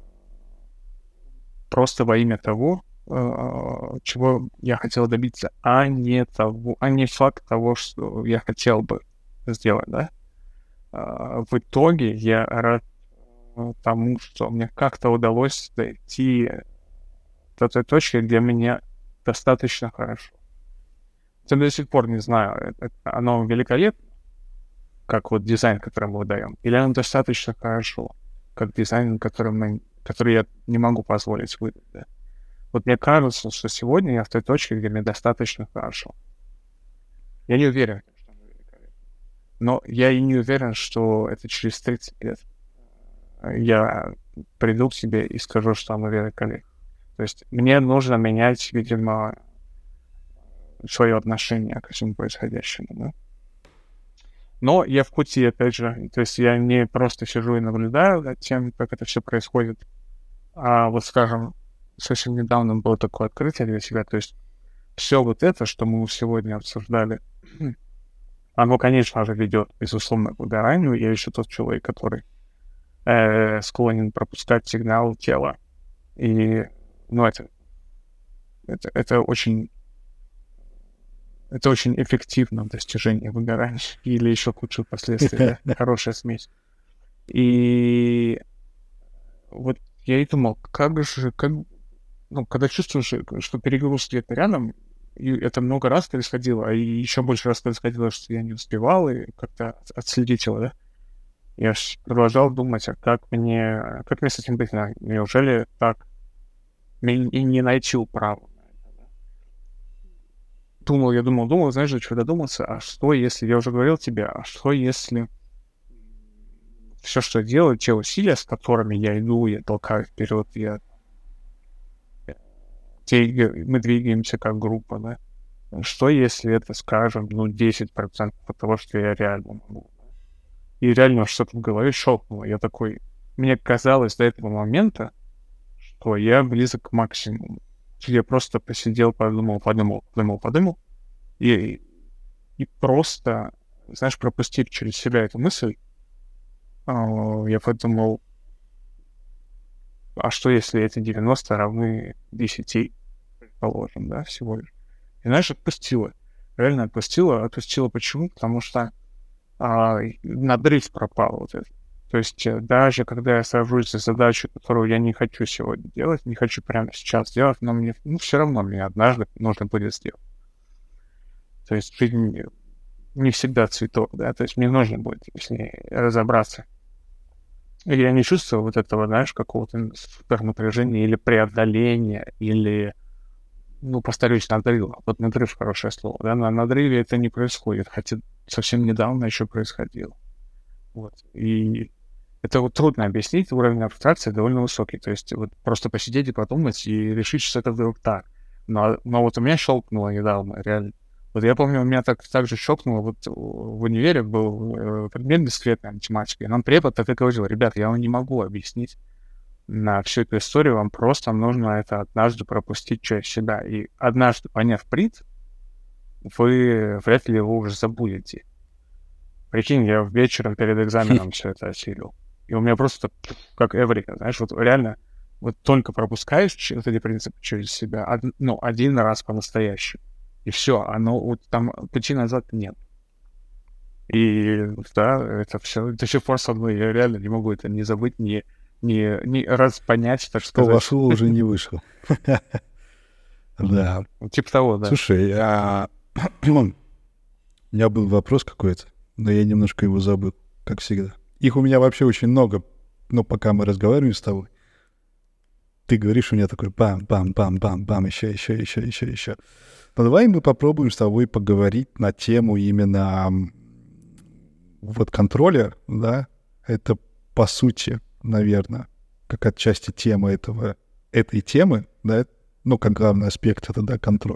просто во имя того, чего я хотел добиться, а не факт того, что я хотел бы сделать, да. В итоге я рад тому, что мне как-то удалось дойти до той точки, где мне достаточно хорошо. Я до сих пор не знаю, оно великолепно, как вот дизайн, который мы выдаем, или оно достаточно хорошо, как дизайн, который я не могу позволить выдать, да. Вот мне кажется, что сегодня я в той точке, где мне достаточно хорошо. Я не уверен, что оно великолепно. Но я и не уверен, что это через 30 лет я приду к себе и скажу, что оно великолепно. То есть мне нужно менять, видимо, свое отношение ко всему происходящему, да. Но я в пути, опять же, то есть я не просто сижу и наблюдаю за тем, как это все происходит, а вот, скажем, совсем недавно было такое открытие для себя, то есть все вот это, что мы сегодня обсуждали, оно, конечно же, ведет, безусловно, к выгоранию. Я еще тот человек, который склонен пропускать сигнал тела. И, ну, это очень эффективно в достижении выгорания или еще худших последствий, да? Хорошая смесь. И вот я и думал, когда чувствуешь, что перегруз где-то рядом, и это много раз происходило, и еще больше раз происходило, что я не успевал, и как-то отследить его, да? Я продолжал думать, а как мне с этим быть? Неужели так и не найти управу? Я думал, знаешь, до чего додумался, а что если, я уже говорил тебе, а что если все, что я делаю, те усилия, с которыми я иду, я толкаю вперед, мы двигаемся как группа, да? Что если это, скажем, 10% от того, что я реально могу? И реально что-то в голове щелкнуло. Мне казалось до этого момента, что я близок к максимуму. Я просто посидел, подумал, и просто, знаешь, пропустив через себя эту мысль, я подумал, а что если эти 90 равны 10, предположим, да, всего лишь? И, знаешь, отпустила. Реально отпустила. Отпустила почему? Потому что надрыв пропал вот этот. То есть даже когда я сажусь за задачу, которую я не хочу сегодня делать, не хочу прямо сейчас делать, но мне, все равно мне однажды нужно будет сделать. То есть жизнь не всегда цветок, да, то есть мне нужно будет с ней разобраться. И я не чувствую вот этого, знаешь, какого-то супернапряжения или преодоления, или, повторюсь, надрыва. Вот надрыв — хорошее слово, да, на надрыве это не происходит, хотя совсем недавно еще происходило. Вот, и это вот трудно объяснить, уровень абстракции довольно высокий, то есть вот просто посидеть и подумать и решить, что это вдруг так. Но вот у меня щелкнуло недавно, реально. Вот я помню, у меня так же щелкнуло, вот в универе был предмет дискретная математика, и нам препод так и говорил: ребят, я вам не могу объяснить на всю эту историю, вам просто нужно это однажды пропустить через себя. И однажды, поняв принцип, вы вряд ли его уже забудете. Прикинь, я вечером перед экзаменом все это осилил. И у меня просто как эврика, знаешь, вот реально вот только пропускаешь вот эти принципы через себя, один раз по-настоящему. И все, оно вот там пути назад нет. И да, это все до сих пор со мной. Я реально не могу это не забыть, не раз понять, так Что сказать. вошло, уже не вышло. Да. Типа того, да. Слушай, у меня был вопрос какой-то, но я немножко его забыл, как всегда. Их у меня вообще очень много, но пока мы разговариваем с тобой, ты говоришь, у меня такой бам-бам-бам-бам-бам, еще. Но давай мы попробуем с тобой поговорить на тему именно вот контроля, да, это по сути, наверное, как отчасти тема этой темы, да, ну, как главный аспект это, да, контроль.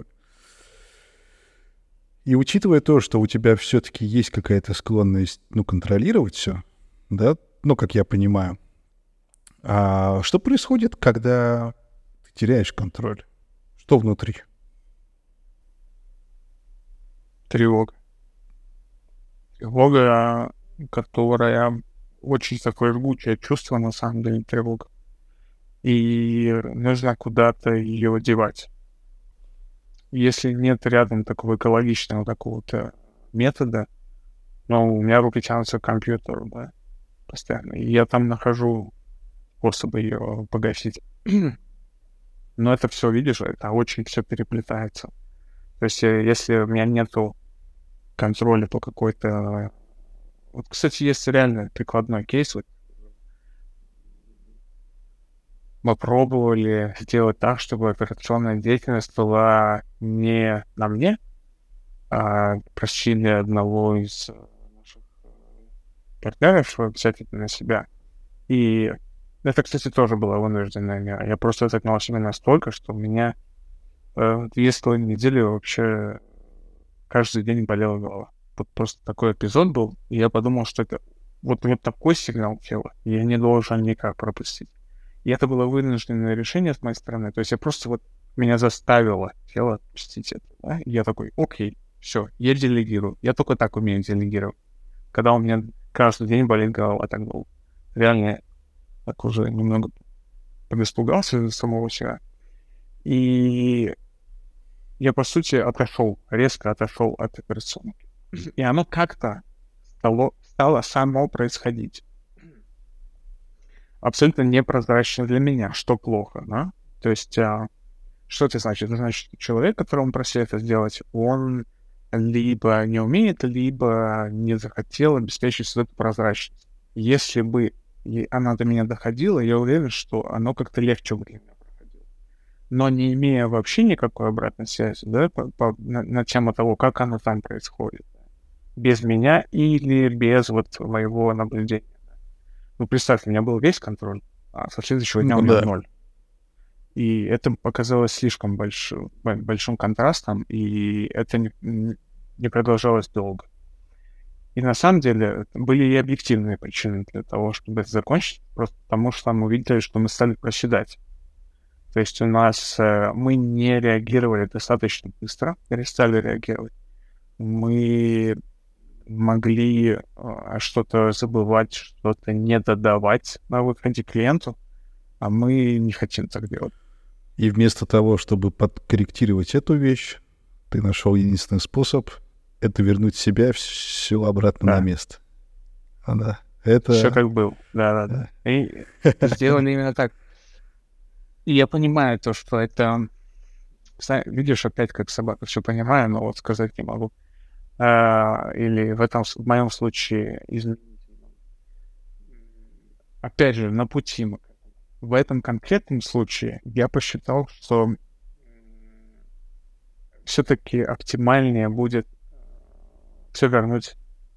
И учитывая то, что у тебя все-таки есть какая-то склонность, ну, контролировать все, да, ну, как я понимаю, что происходит, когда ты теряешь контроль? Что внутри? Тревога. Тревога, которая очень такое жгучее чувство, на самом деле, тревога. И нужно куда-то ее девать. Если нет рядом такого экологичного какого-то метода, но у меня руки тянутся к компьютеру, да, постоянно, и я там нахожу способы ее погасить. Но это все, видишь, это очень все переплетается. То есть если у меня нету контроля по какой-то... Вот, кстати, есть реально прикладной кейс. Вот. Мы пробовали сделать так, чтобы операционная деятельность была не на мне, а просили одного из наших партнеров взять это на себя. И это, кстати, тоже была вынужденная мера. Я просто загнал себя настолько, что у меня 2,5 недели вообще каждый день болела голова. Вот просто такой эпизод был, и я подумал, что это вот такой сигнал тела, я не должен никак пропустить. И это было вынужденное решение с моей стороны. То есть я просто вот меня заставило тело отпустить это. Да? И я такой, окей, все, я делегирую. Я только так умею делегировать. Когда у меня каждый день болит голова, так был. Реально так уже немного подиспугался за самого себя. И я, по сути, резко отошел от операционки. И оно как-то стало само происходить. Абсолютно непрозрачно для меня, что плохо, да? То есть, что это значит? Это значит, что человек, которому просили это сделать, он либо не умеет, либо не захотел обеспечить эту прозрачность. Если бы она до меня доходила, я уверен, что оно как-то легче бы для меня проходило. Но не имея вообще никакой обратной связи, да, на тему того, как оно там происходит, без меня или без вот моего наблюдения. Ну, представь, у меня был весь контроль, а со следующего дня у меня 0. И это показалось слишком большим контрастом, и это не продолжалось долго. И на самом деле были и объективные причины для того, чтобы это закончить, просто потому что мы увидели, что мы стали проседать. То есть мы не реагировали достаточно быстро, перестали реагировать. Мы могли что-то забывать, что-то не додавать на выходе клиенту, а мы не хотим так делать. И вместо того, чтобы подкорректировать эту вещь, ты нашел единственный способ — это вернуть себя все обратно на место. Это... Все как был, да. И сделали именно так. И я понимаю то, что это... Видишь, опять как собака все понимаю, но вот сказать не могу. Или в моем случае опять же, на пути мы. В этом конкретном случае я посчитал, что все-таки оптимальнее будет все вернуть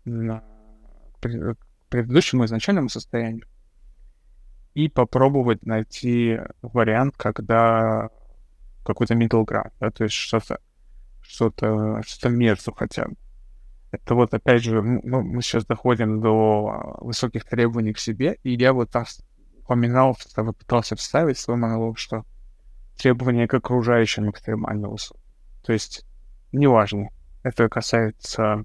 к предыдущему изначальному состоянию и попробовать найти вариант, когда какой-то middle ground, да, то есть что-то между хотя бы. Это вот, опять же, мы сейчас доходим до высоких требований к себе, и я вот так пытался вставить свой монолог, что требования к окружающим экстремально высокие. То есть, неважно, это касается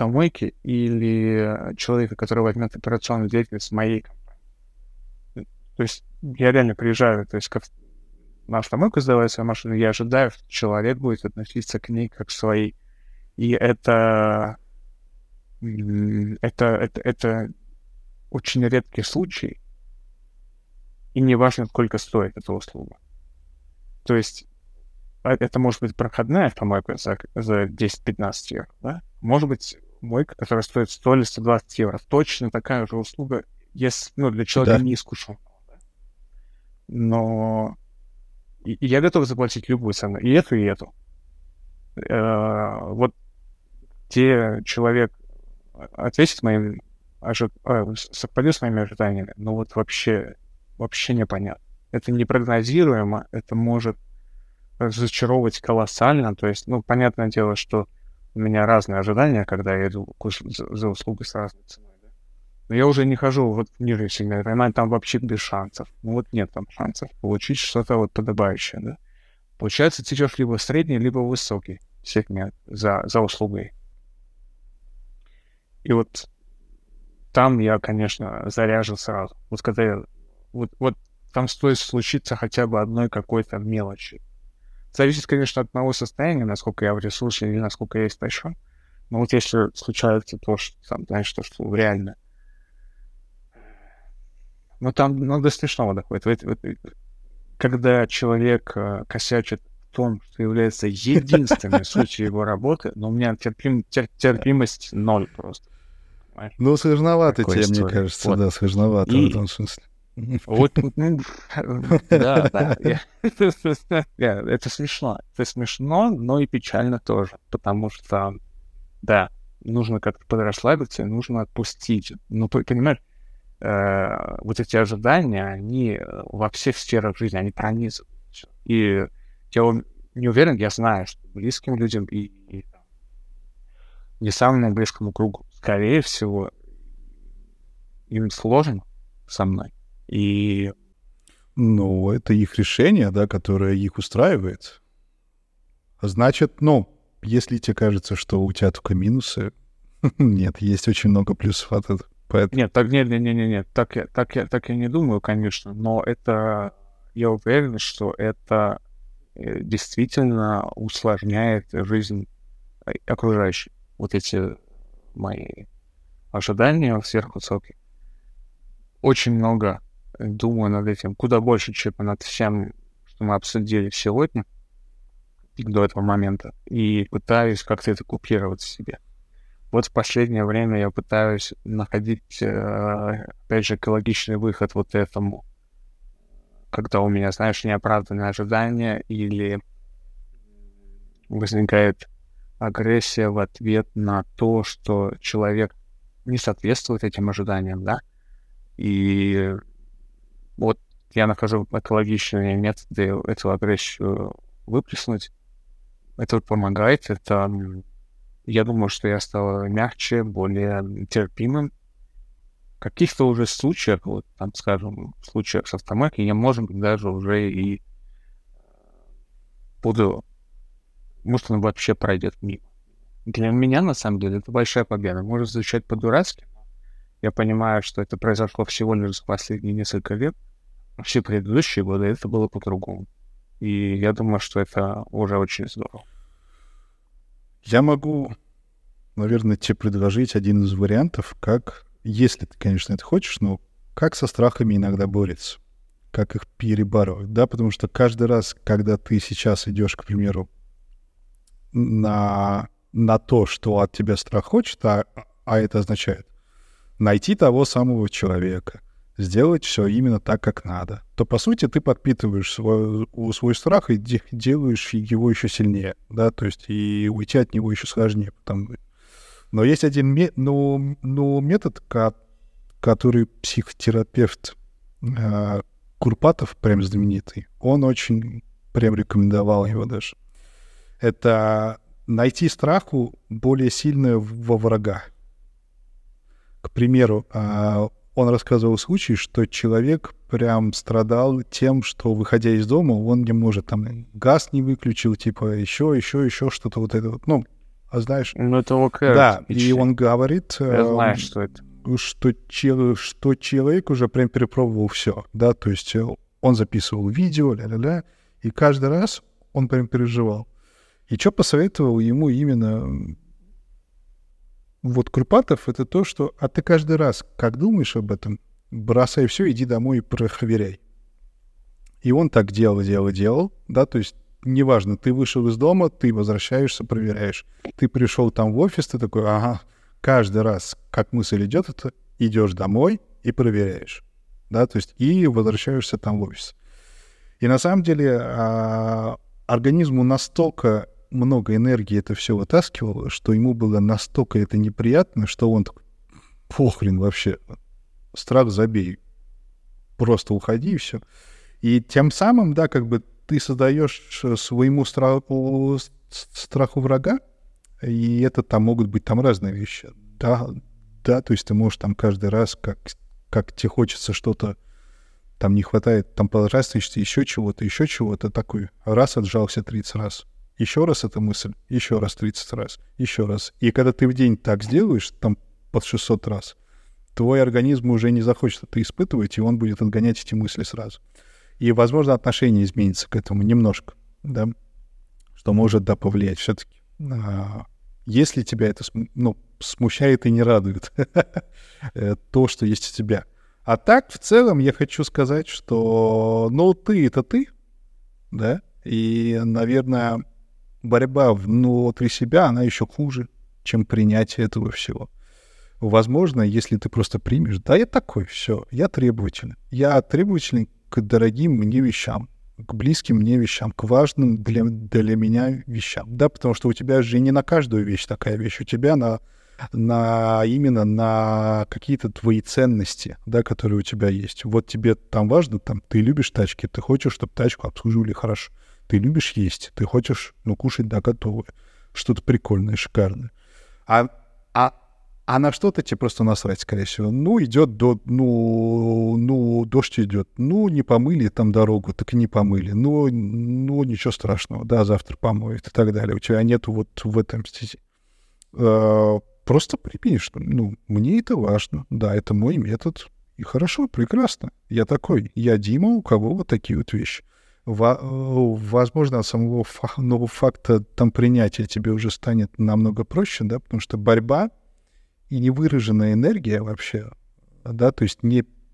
автомойки или человека, который возьмет операционную деятельность в моей компании. То есть я реально приезжаю, то есть на автомойку сдавать свою машину, я ожидаю, что человек будет относиться к ней как к своей. И это очень редкий случай, и не важно, сколько стоит эта услуга. То есть это может быть проходная автомойка за 10-15 евро, да? Может быть мойка, которая стоит 100 или 120 евро. Точно такая же услуга, если, для человека неискушенного. Да? Но и я готов заплатить любую цену, и эту, и эту. Вот где человек ответит совпадет с моими ожиданиями, но вот вообще непонятно. Это непрогнозируемо, это может разочаровывать колоссально. То есть, понятное дело, что у меня разные ожидания, когда я иду за услугой с разной ценой. Да? Но я уже не хожу вот в нижний сегмент, там вообще без шансов. Нет там шансов получить что-то вот подобающее. Да? Получается, ты идешь либо в средний, либо в высокий сегмент за услугой. И вот там я, конечно, заряжен сразу. Вот когда я... Вот там стоит случиться хотя бы одной какой-то мелочи. Зависит, конечно, от моего состояния, насколько я в ресурсе или насколько я истощен. Но вот если случается то, что там, знаешь, что реально... Там до смешного доходит. Когда человек косячит в том, что является единственной сутью его работы, но у меня терпимость 0 просто. Понимаешь? Сложновато тебе, мне кажется, вот. Да, сложновато в этом смысле. Да. Это смешно. Это смешно, но и печально тоже. Потому что, да, нужно как-то подрасслабиться, нужно отпустить. Понимаешь, вот эти ожидания, они во всех сферах жизни, они пронизывают. И я не уверен, я знаю, что близким людям и не самому близкому кругу, скорее всего, им сложно со мной. И... это их решение, да, которое их устраивает. Значит, если тебе кажется, что у тебя только минусы, нет, есть очень много плюсов от этого. Нет, так я не думаю, конечно, но это, я уверен, что это действительно усложняет жизнь окружающих. Вот эти мои ожидания сверхвысокие. Очень много думаю над этим, куда больше, чем над всем, что мы обсудили сегодня, до этого момента, и пытаюсь как-то это купировать в себе. Вот в последнее время я пытаюсь находить, опять же, экологичный выход вот этому, когда у меня, знаешь, неоправданные ожидания или возникает агрессия в ответ на то, что человек не соответствует этим ожиданиям, да, и вот я нахожу экологичные методы эту агрессию выплеснуть. Это помогает, я думаю, что я стал мягче, более терпимым. В каких-то уже случаях, вот там, скажем, в случаях с автомойкой, я, может быть, даже уже и может, он вообще пройдет мимо. Для меня, на самом деле, это большая победа. Может звучать по-дурацки, но я понимаю, что это произошло всего лишь за последние несколько лет. А все предыдущие годы это было по-другому. И я думаю, что это уже очень здорово. Я могу, наверное, тебе предложить один из вариантов, как, если ты, конечно, это хочешь, но как со страхами иногда борется, как их перебарывать, да, потому что каждый раз, когда ты сейчас идешь, к примеру, на то, что от тебя страх хочет, а это означает найти того самого человека, сделать все именно так, как надо, то, по сути, ты подпитываешь свой страх и делаешь его еще сильнее, да, то есть и уйти от него еще сложнее. Но есть один метод, который психотерапевт Курпатов, прям знаменитый, он очень прям рекомендовал его даже. Это найти страху более сильное во врага. К примеру, он рассказывал случай, что человек прям страдал тем, что, выходя из дома, он не может, там, газ не выключил, типа, еще что-то вот это вот. А знаешь... это окей. Да, и он говорит... Я знаю, что это. что человек уже прям перепробовал все, да, то есть он записывал видео, ля-ля-ля, и каждый раз он прям переживал. И что посоветовал ему именно вот Курпатов, это то, что а ты каждый раз, как думаешь об этом, бросай все, иди домой и проверяй. И он так делал, да, то есть неважно, ты вышел из дома, ты возвращаешься, проверяешь. Ты пришел там в офис, ты такой, ага, каждый раз, как мысль идет, это идешь домой и проверяешь, да, то есть и возвращаешься там в офис. И на самом деле организму настолько много энергии это все вытаскивало, что ему было настолько это неприятно, что он такой, похрен вообще, страх забей, просто уходи и все. И тем самым, да, как бы ты создаешь своему страху врага, и это там могут быть там разные вещи. Да, да, то есть ты можешь там каждый раз, как тебе хочется что-то, там не хватает, там поражаешься, еще чего-то, такой раз отжался 30 раз. Еще раз эта мысль, еще раз 30 раз, еще раз. И когда ты в день так сделаешь, там под 600 раз, твой организм уже не захочет это испытывать, и он будет отгонять эти мысли сразу. И, возможно, отношение изменится к этому немножко, да, что может, да, повлиять все-таки. Если тебя это, смущает и не радует, то, что есть у тебя. А так, в целом, я хочу сказать, что, ты — это ты, да, и, наверное, борьба внутри себя, она еще хуже, чем принятие этого всего. Возможно, если ты просто примешь, да, я такой, все, я требовательный к дорогим мне вещам, к близким мне вещам, к важным для меня вещам, да, потому что у тебя же не на каждую вещь такая вещь, у тебя именно на какие-то твои ценности, да, которые у тебя есть. Вот тебе там важно, там, ты любишь тачки, ты хочешь, чтобы тачку обслуживали хорошо, ты любишь есть, ты хочешь, кушать, да, готовое, что-то прикольное, шикарное. А на что-то тебе просто насрать, скорее всего. Идет дождь идет. Не помыли там дорогу, так и не помыли. Ничего страшного, да, завтра помоют и так далее. У тебя нету вот в этом стези. Просто прими, что, мне это важно. Да, это мой метод. И хорошо, прекрасно. Я такой. Я Дима, у кого вот такие вот вещи. Возможно, от самого нового факта там принятия тебе уже станет намного проще, да, потому что борьба и невыраженная энергия вообще, да, то есть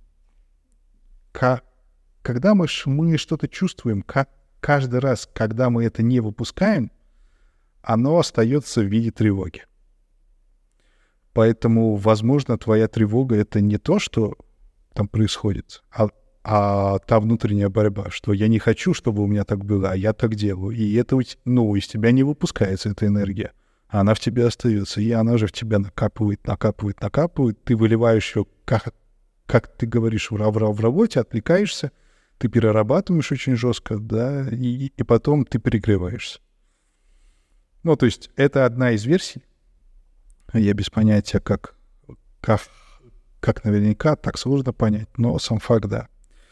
когда мы что-то чувствуем, каждый раз, когда мы это не выпускаем, оно остается в виде тревоги. Поэтому, возможно, твоя тревога — это не то, что там происходит, а та внутренняя борьба, что я не хочу, чтобы у меня так было, а я так делаю. И это, из тебя не выпускается эта энергия. Она в тебе остается, и она же в тебя накапывает. Ты выливаешь ее, как ты говоришь, в работе, отвлекаешься, ты перерабатываешь очень жестко, да, и потом ты перегреваешься. То есть это одна из версий. Я без понятия, как наверняка, так сложно понять, но сам факт, да.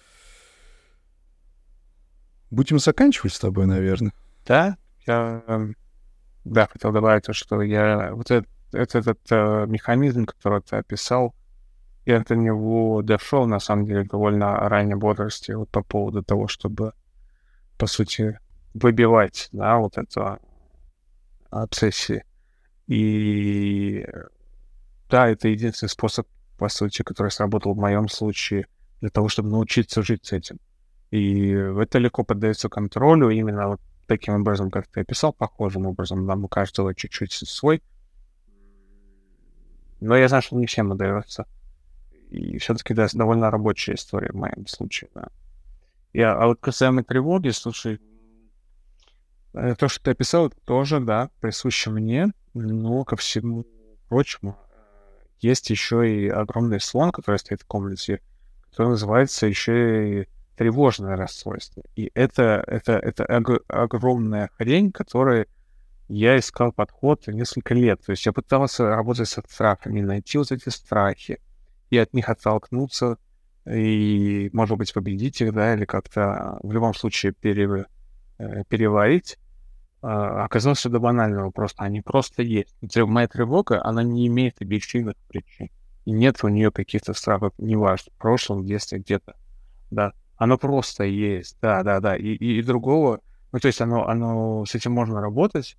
Будем заканчивать с тобой, наверное. Да, я хотел добавить то, что я вот этот механизм, который ты описал, я до него дошел, на самом деле, довольно ранней возрасте, вот по поводу того, чтобы, по сути, выбивать, да, вот эту обсессии. И да, это единственный способ, по сути, который сработал в моем случае для того, чтобы научиться жить с этим. И это легко поддается контролю именно вот таким образом, как ты описал, похожим образом. Нам у каждого чуть-чуть свой. Но я знаю, что не всем удается. И все-таки, да, довольно рабочая история в моем случае, да. А вот касаемо тревоги, слушай, то, что ты описал, тоже, да, присуще мне, но ко всему прочему есть еще и огромный слон, который стоит в комнате, который называется еще и тревожное расстройство. И это огромная хрень, которой я искал подход несколько лет. То есть я пытался работать со страхами, найти вот эти страхи и от них оттолкнуться, и, может быть, победить их, да, или как-то в любом случае переварить. Оказалось, что до банального просто. Они просто есть. Моя тревога, она не имеет объективных причин. и нет у нее каких-то страхов, неважно, в прошлом, в детстве, где-то, да, оно просто есть, да, и другого, ну, то есть оно, с этим можно работать,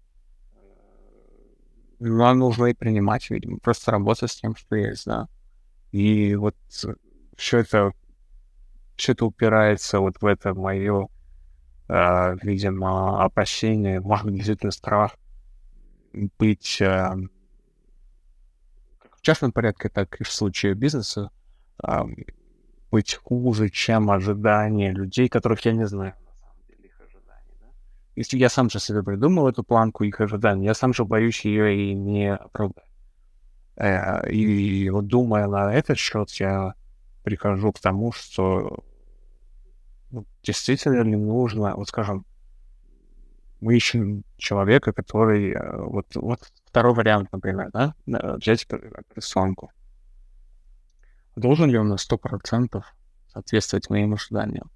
но нужно и принимать, видимо, просто работать с тем, что есть, да, и вот все это упирается вот в это мое, видимо, опасение, может быть, действительно страх быть как в частном порядке, так и в случае бизнеса, быть хуже, чем ожидания людей, которых я не знаю, на самом деле, их ожиданий, да. Если я сам же себе придумал эту планку их ожиданий, я сам же боюсь ее и не оправдать. И вот думая на этот счет, я прихожу к тому, что действительно ли нужно, вот скажем, мы ищем человека, который, вот второй вариант, например, да, взять операционку. Должен ли он на 100% соответствовать моим ожиданиям?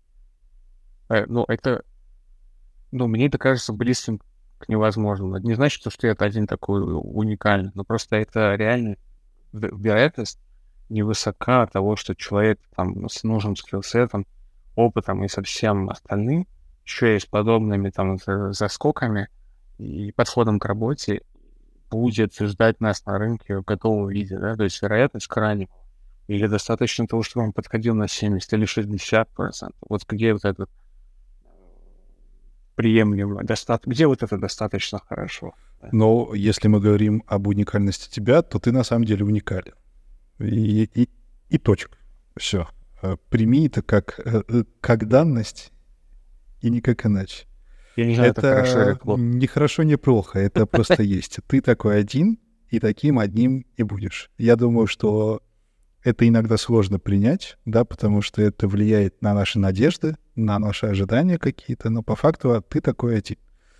Мне это кажется близким к невозможному. Это не значит, что это один такой уникальный, но просто это реально вероятность невысока того, что человек там с нужным скиллсетом, опытом и со всем остальным, еще и с подобными там заскоками и подходом к работе будет ждать нас на рынке в готовом виде, да, то есть вероятность крайне мала. Или достаточно того, что он подходил на 70 или 60%. Вот где вот это приемлемо, где вот это достаточно хорошо. Да? Но если мы говорим об уникальности тебя, то ты на самом деле уникален. И точка. Все. Прими это как данность и никак иначе. Я не знаю, это хорошо или плохо. Не хорошо, не плохо. Это просто есть. Ты такой один, и таким одним и будешь. Я думаю, что это иногда сложно принять, да, потому что это влияет на наши надежды, на наши ожидания какие-то, но по факту ты такой один.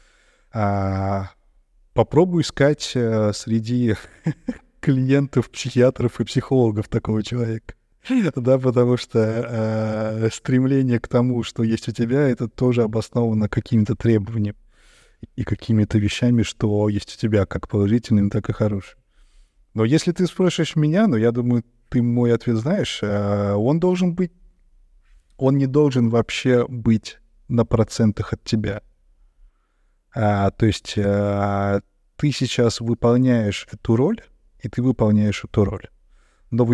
Попробуй искать среди клиентов, психиатров и психологов такого человека. Да, потому что стремление к тому, что есть у тебя, это тоже обосновано какими-то требованиями и какими-то вещами, что есть у тебя, как положительным, так и хорошим. Но если ты спрашиваешь меня, я думаю, ты мой ответ знаешь, он не должен вообще быть на процентах от тебя. То есть ты сейчас выполняешь эту роль, и ты выполняешь эту роль. Новый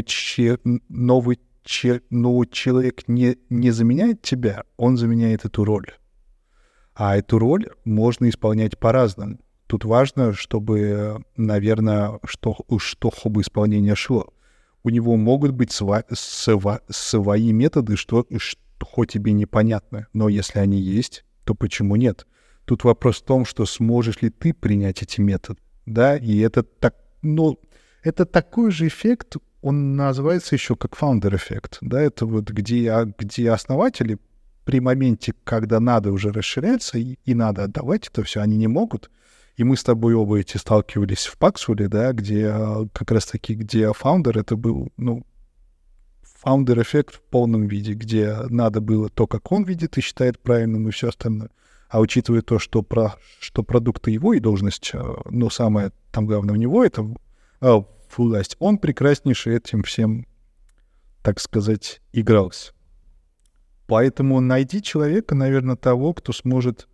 человек не заменяет тебя, он заменяет эту роль. А эту роль можно исполнять по-разному. Тут важно, чтобы, наверное, чтобы исполнение шло. У него могут быть свои методы, что тебе непонятно. Но если они есть, то почему нет? Тут вопрос в том, что сможешь ли ты принять эти методы. Да, и это такой же эффект, он называется еще как фаундер-эффект. Да, это вот где основатели при моменте, когда надо уже расширяться и надо отдавать это все, они не могут. И мы с тобой оба эти сталкивались в Паксуле, да, где как раз-таки, где фаундер, это был, фаундер-эффект в полном виде, где надо было то, как он видит и считает правильным, и все остальное. А учитывая то, что продукты его и должность, самое там главное у него, это власть, он прекраснейше этим всем, так сказать, игрался. Поэтому найди человека, наверное, того, кто сможет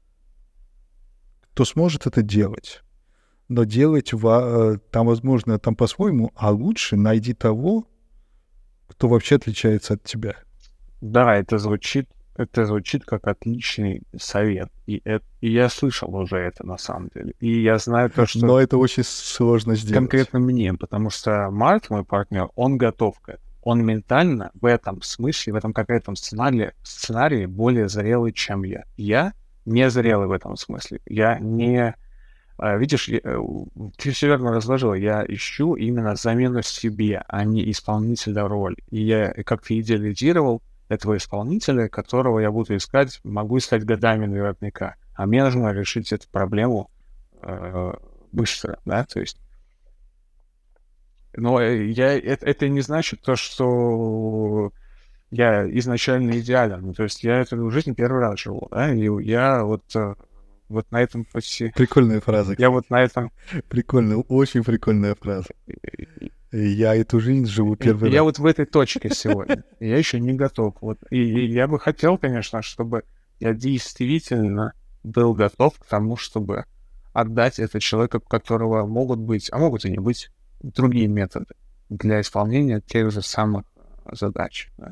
это делать. Но делать там, возможно, там по-своему, а лучше найди того, кто вообще отличается от тебя. Да, это звучит как отличный совет. И я слышал уже это на самом деле. И я знаю то, что... Но это очень сложно сделать. Конкретно мне, потому что Марк, мой партнер, он готов к этому. Он ментально в этом смысле, в этом конкретном сценарии более зрелый, чем я. Я не зрелый в этом смысле. Я не... Видишь, ты все верно разложил. Я ищу именно замену себе, а не исполнителя роли. И я как-то идеализировал этого исполнителя, которого я буду искать, могу искать годами наверняка. А мне нужно решить эту проблему быстро, да, то есть. Но это не значит то, что я изначально идеален. То есть я эту жизнь первый раз живу, да, и я вот вот на этом пути. Прикольная фраза. Я вот на этом... Прикольная, очень прикольная фраза. Я эту жизнь живу первый раз. Я вот в этой точке сегодня. Я еще не готов. Вот. И я бы хотел, конечно, чтобы я действительно был готов к тому, чтобы отдать это человеку, у которого могут быть, а могут и не быть, другие методы для исполнения тех же самых задач. Да.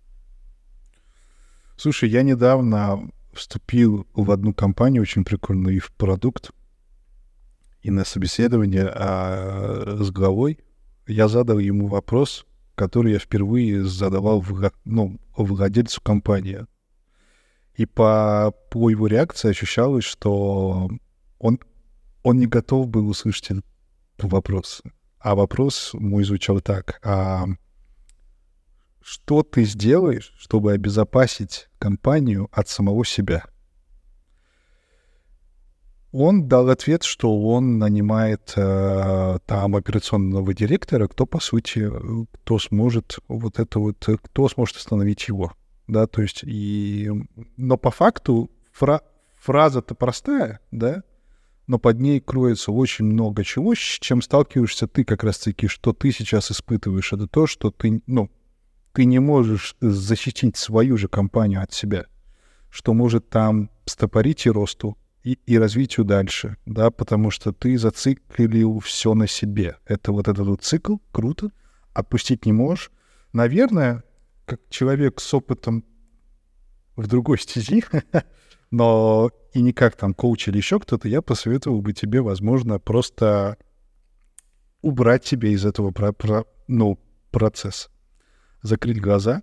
Слушай, я недавно вступил в одну компанию, очень прикольную, и в продукт, и на собеседование с главой я задал ему вопрос, который я впервые задавал владельцу компании. И по его реакции ощущалось, что он не готов был услышать этот вопрос. А вопрос мой звучал так. Что ты сделаешь, чтобы обезопасить компанию от самого себя? Он дал ответ, что он нанимает там операционного директора, кто, по сути, кто сможет остановить его. Да, то есть, но по факту фраза-то простая, да, но под ней кроется очень много чего, с чем сталкиваешься ты как раз-таки, что ты сейчас испытываешь. Это то, что ты не можешь защитить свою же компанию от себя, что может там стопорить и росту, и развитию дальше, да, потому что ты зациклил все на себе. Это вот этот вот цикл, круто, отпустить не можешь. Наверное, как человек с опытом в другой стези, но и не как там коуч или еще кто-то, я посоветовал бы тебе, возможно, просто убрать себя из этого процесса. Закрыть глаза,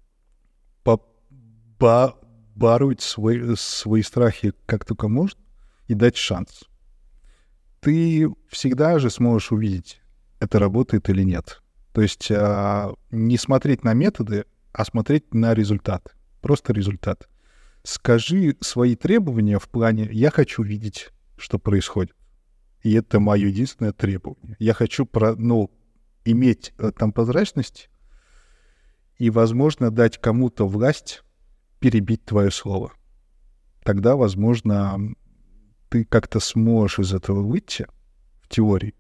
бороть свои страхи как только можно и дать шанс. Ты всегда же сможешь увидеть, это работает или нет. То есть не смотреть на методы, а смотреть на результат. Просто результат. Скажи свои требования в плане «я хочу видеть, что происходит». И это мое единственное требование. Я хочу иметь там прозрачность и, возможно, дать кому-то власть перебить твое слово. Тогда, возможно, ты как-то сможешь из этого выйти в теории.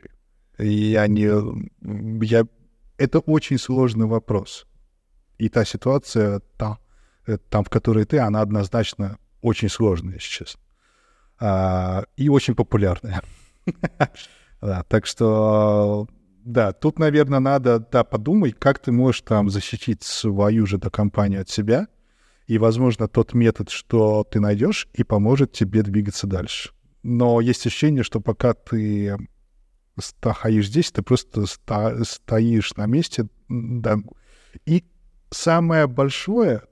Это очень сложный вопрос. И та ситуация, там, в которой ты, она однозначно очень сложная сейчас. И очень популярная. Так что, да, тут, наверное, надо подумать, как ты можешь там защитить свою же компанию от себя. И, возможно, тот метод, что ты найдешь, и поможет тебе двигаться дальше. Но есть ощущение, что пока ты стоишь здесь, ты просто стоишь на месте. Да. И самое большое,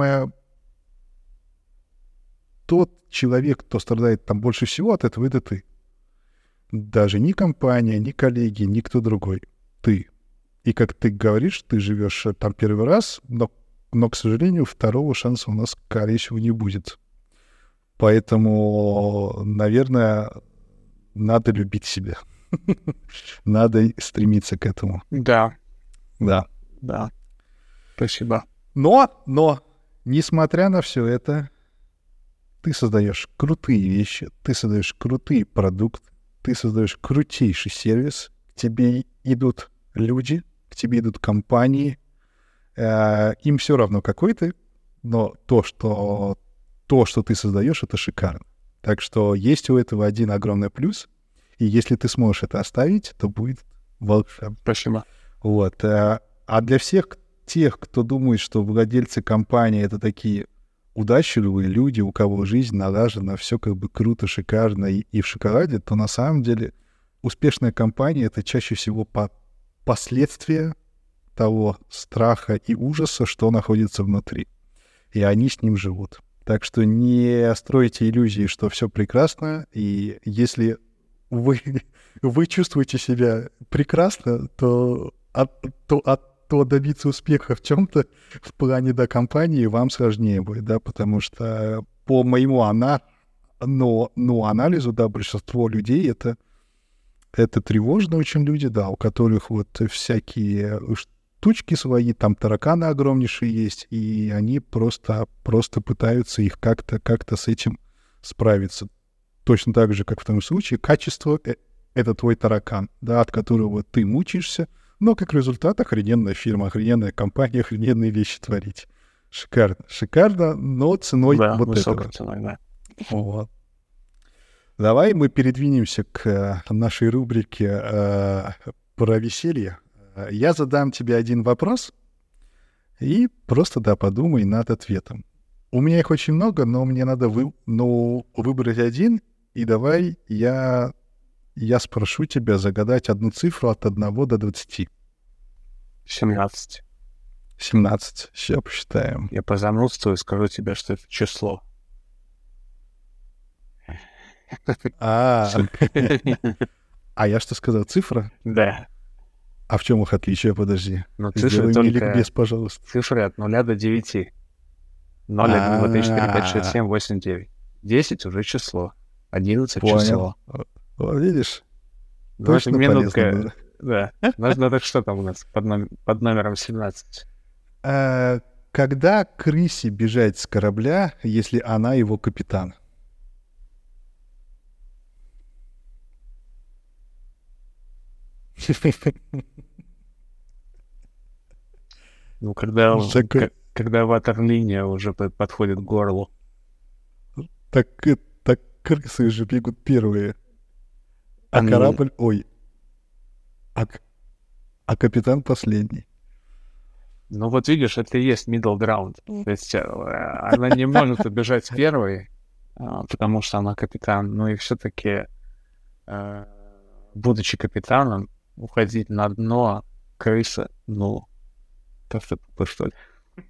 тот человек, кто страдает там больше всего от этого, это ты. Даже ни компания, ни коллеги, ни кто другой. Ты. И как ты говоришь, ты живешь там первый раз, но, к сожалению, второго шанса у нас, скорее всего, не будет. Поэтому, наверное, надо любить себя. Надо стремиться к этому. Да. Да. Да. Спасибо. Но, несмотря на все это, ты создаешь крутые вещи, ты создаешь крутые продукты, ты создаешь крутейший сервис, к тебе идут люди, к тебе идут компании, им все равно, какой ты, но то, что ты создаешь, это шикарно. Так что есть у этого один огромный плюс, и если ты сможешь это оставить, то будет волшебно. Спасибо. Вот. А для всех тех, кто думает, что владельцы компании — это такие удачливые люди, у кого жизнь налажена, все как бы круто, шикарно и в шоколаде, то на самом деле успешная компания — это чаще всего последствия того страха и ужаса, что находится внутри. И они с ним живут. Так что не стройте иллюзии, что все прекрасно, и если вы чувствуете себя прекрасно, то добиться успеха в чем-то в плане компании вам сложнее будет, да, потому что по моему анализу, да, большинство людей это тревожно очень люди, да, у которых вот всякие штучки свои, там тараканы огромнейшие есть, и они просто пытаются их как-то с этим справиться точно так же, как в том случае. Качество — это твой таракан, да, от которого ты мучаешься, но как результат охрененная фирма, охрененная компания, охрененные вещи творить. Шикарно, но ценой вот этого. Ценой, да. Вот. Давай мы передвинемся к нашей рубрике про веселье. Я задам тебе один вопрос, и просто, подумай над ответом. У меня их очень много, но мне надо выбрать один, и давай я спрошу тебя загадать одну цифру от 1 до 20. 17. 17. Сейчас посчитаем. Я позанудствую и скажу тебе, что это число. А я что сказал? Цифра? Да. А в чем их отличие? Подожди. Ну, цифры Сделай мне только... ликбез, пожалуйста. Цифры от 0 до 9. 0, 1, 2, 3, 4, 5, 6, 7, 8, 9. 10 уже число. 11 число. Вот, видишь? Ну, Точно минутка. полезно. Да. Надо что там у нас под номером 17? Когда крысе бежать с корабля, если она его капитан? Ну, когда ватерлиния уже подходит к горлу. Так крысы же бегут первые. А корабль... Ой. А капитан последний. Ну, вот видишь, это и есть middle ground. То есть она не может убежать первой, потому что она капитан. Ну и все-таки, будучи капитаном, уходить на дно крыса, ну, как-то тупо, что ли.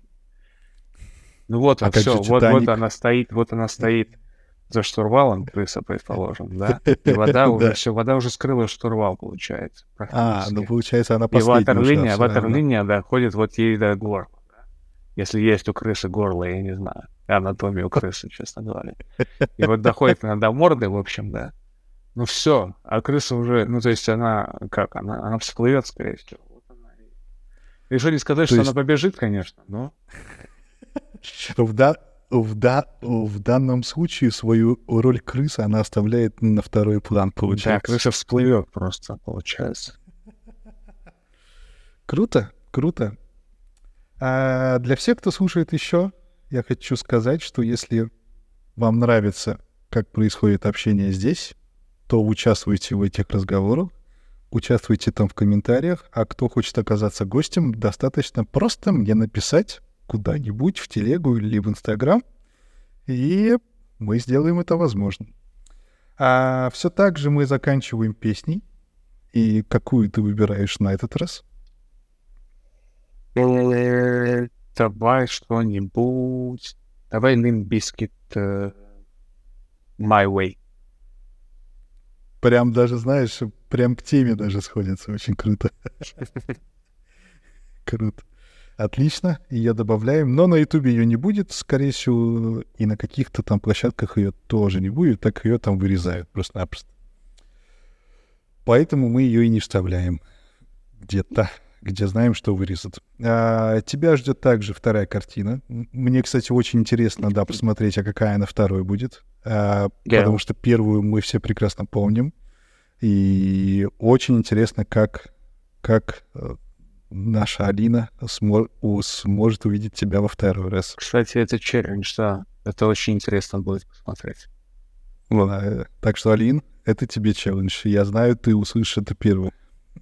Ну вот, все, вот она стоит за штурвалом, крыса, предположим, да? И вода уже, все, вода уже скрыла штурвал, получается. Ну получается, она последняя. И ватерлиния, да, ходит вот ей до горла. Да? Если есть у крысы горло, я не знаю. Анатомию у крысы, честно говоря. И вот доходит она до морды, в общем, да. Ну все, а крыса уже, ну то есть она всплывет, скорее всего. Вот она. Решили сказать, что она побежит, конечно, но... В данном случае свою роль крысы она оставляет на второй план, получается. Да, крыса всплывет просто, получается. Круто. А для всех, кто слушает еще, я хочу сказать, что если вам нравится, как происходит общение здесь, то участвуйте в этих разговорах, участвуйте там в комментариях, а кто хочет оказаться гостем, достаточно просто мне написать куда-нибудь в телегу или в Инстаграм, и мы сделаем это возможным. А все так же мы заканчиваем песней. И какую ты выбираешь на этот раз? Давай что-нибудь. Давай Limp Bizkit My Way. Прям даже, знаешь, прям к теме даже сходится. Очень круто. Круто. Отлично, ее добавляем. Но на Ютубе ее не будет, скорее всего, и на каких-то там площадках ее тоже не будет, так ее там вырезают просто-напросто. Поэтому мы ее и не вставляем где-то, где знаем, что вырезат. Тебя ждет также вторая картина. Мне, кстати, очень интересно, посмотреть, какая она второй будет. Потому что первую мы все прекрасно помним. И очень интересно, как наша Алина сможет увидеть тебя во второй раз. Кстати, это челлендж, да. Это очень интересно будет посмотреть. Так что, Алин, это тебе челлендж. Я знаю, ты услышишь это первым.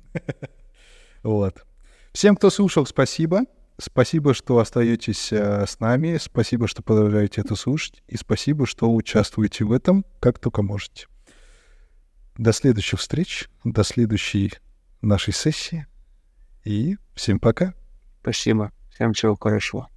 Вот. Всем, кто слушал, спасибо. Спасибо, что остаетесь с нами. Спасибо, что продолжаете это слушать. И спасибо, что участвуете в этом, как только можете. До следующих встреч, до следующей нашей сессии. И всем пока. Спасибо. Всем всего хорошего.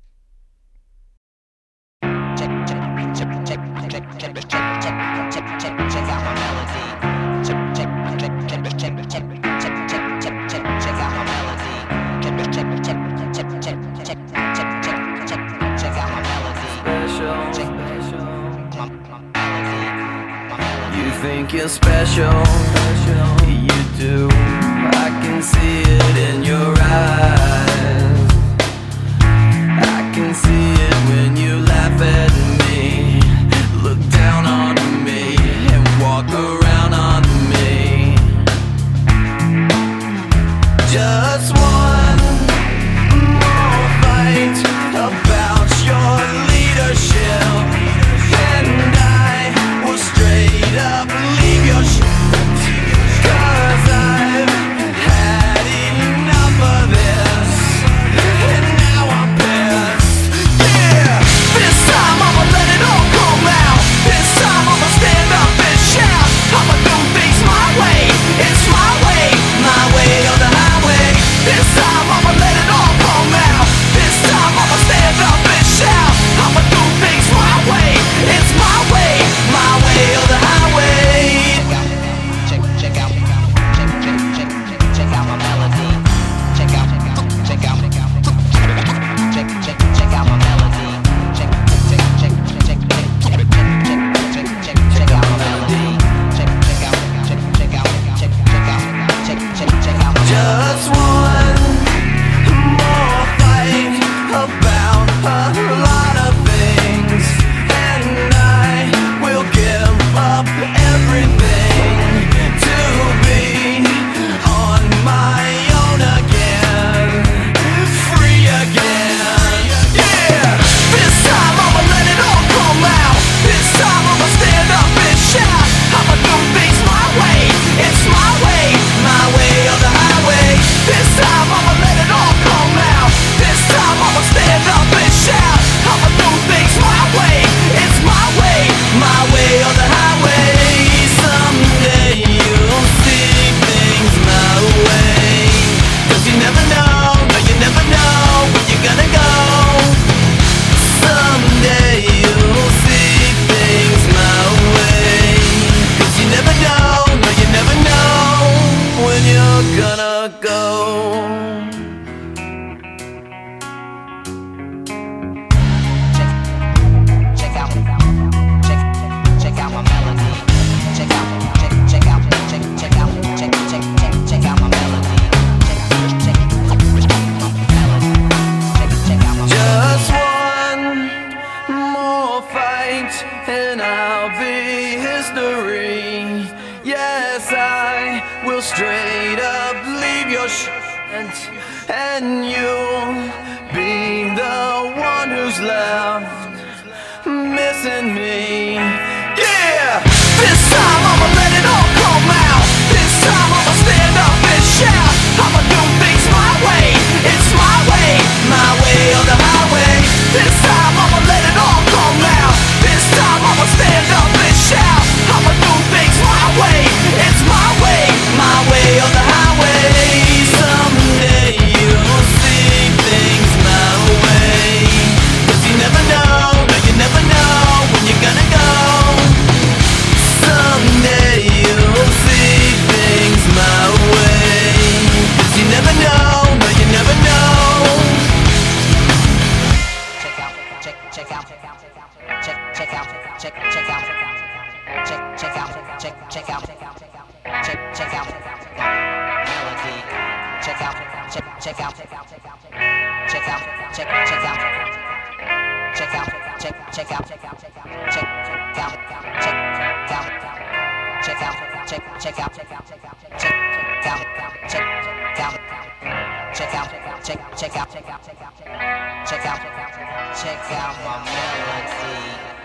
Think you're special, you do. I can see it in your eyes. I can see it when you laugh at me. Look down on up and leave your cause I've had enough of this, and now I'm pissed. Yeah, this time I'ma let it all come out. This time I'ma stand up and shout. I'ma do things my way. It's my way or the highway. This time I'ma let it all come out. This time I'ma stand up and shout. I'ma do things my way. It's my way or the highway. Check out my melody. Check out my melody. Check out my melody. Just one more fight about a lot of things, and I will give up everything to be on my own again, free again. Yeah, this time I'ma let it all come out. This time I'ma stand up and shout. I'ma do things my way. It's my way or the highway. This time I'ma let it all come out. This time I'ma stand up and shout. I'ma do things my way. It's my way or the highway. Someday you'll see things my way. Cause you never know, no you never know where you're gonna go. Someday you'll see things my way. Cause you never know, no you never know when you're gonna go. Check out my melody. Check out my melody. Just one more fight and I'll be history. Yes, I will straight up leave your and you'll be the one who's left missing me. Yeah, this time I'ma let it all come out. This time I'ma stand up and shout. I'ma do things my way. It's my way or the highway. This time I'ma let it all come out. This time I'ma stand up and shout. I'ma do things my way. It's my way or the highway. Someday you'll see things my way. Cause you never know, no you never know when you're gonna go. Someday you'll see things my way. Cause you never know, no you never know. Check out melody. Check out my melody.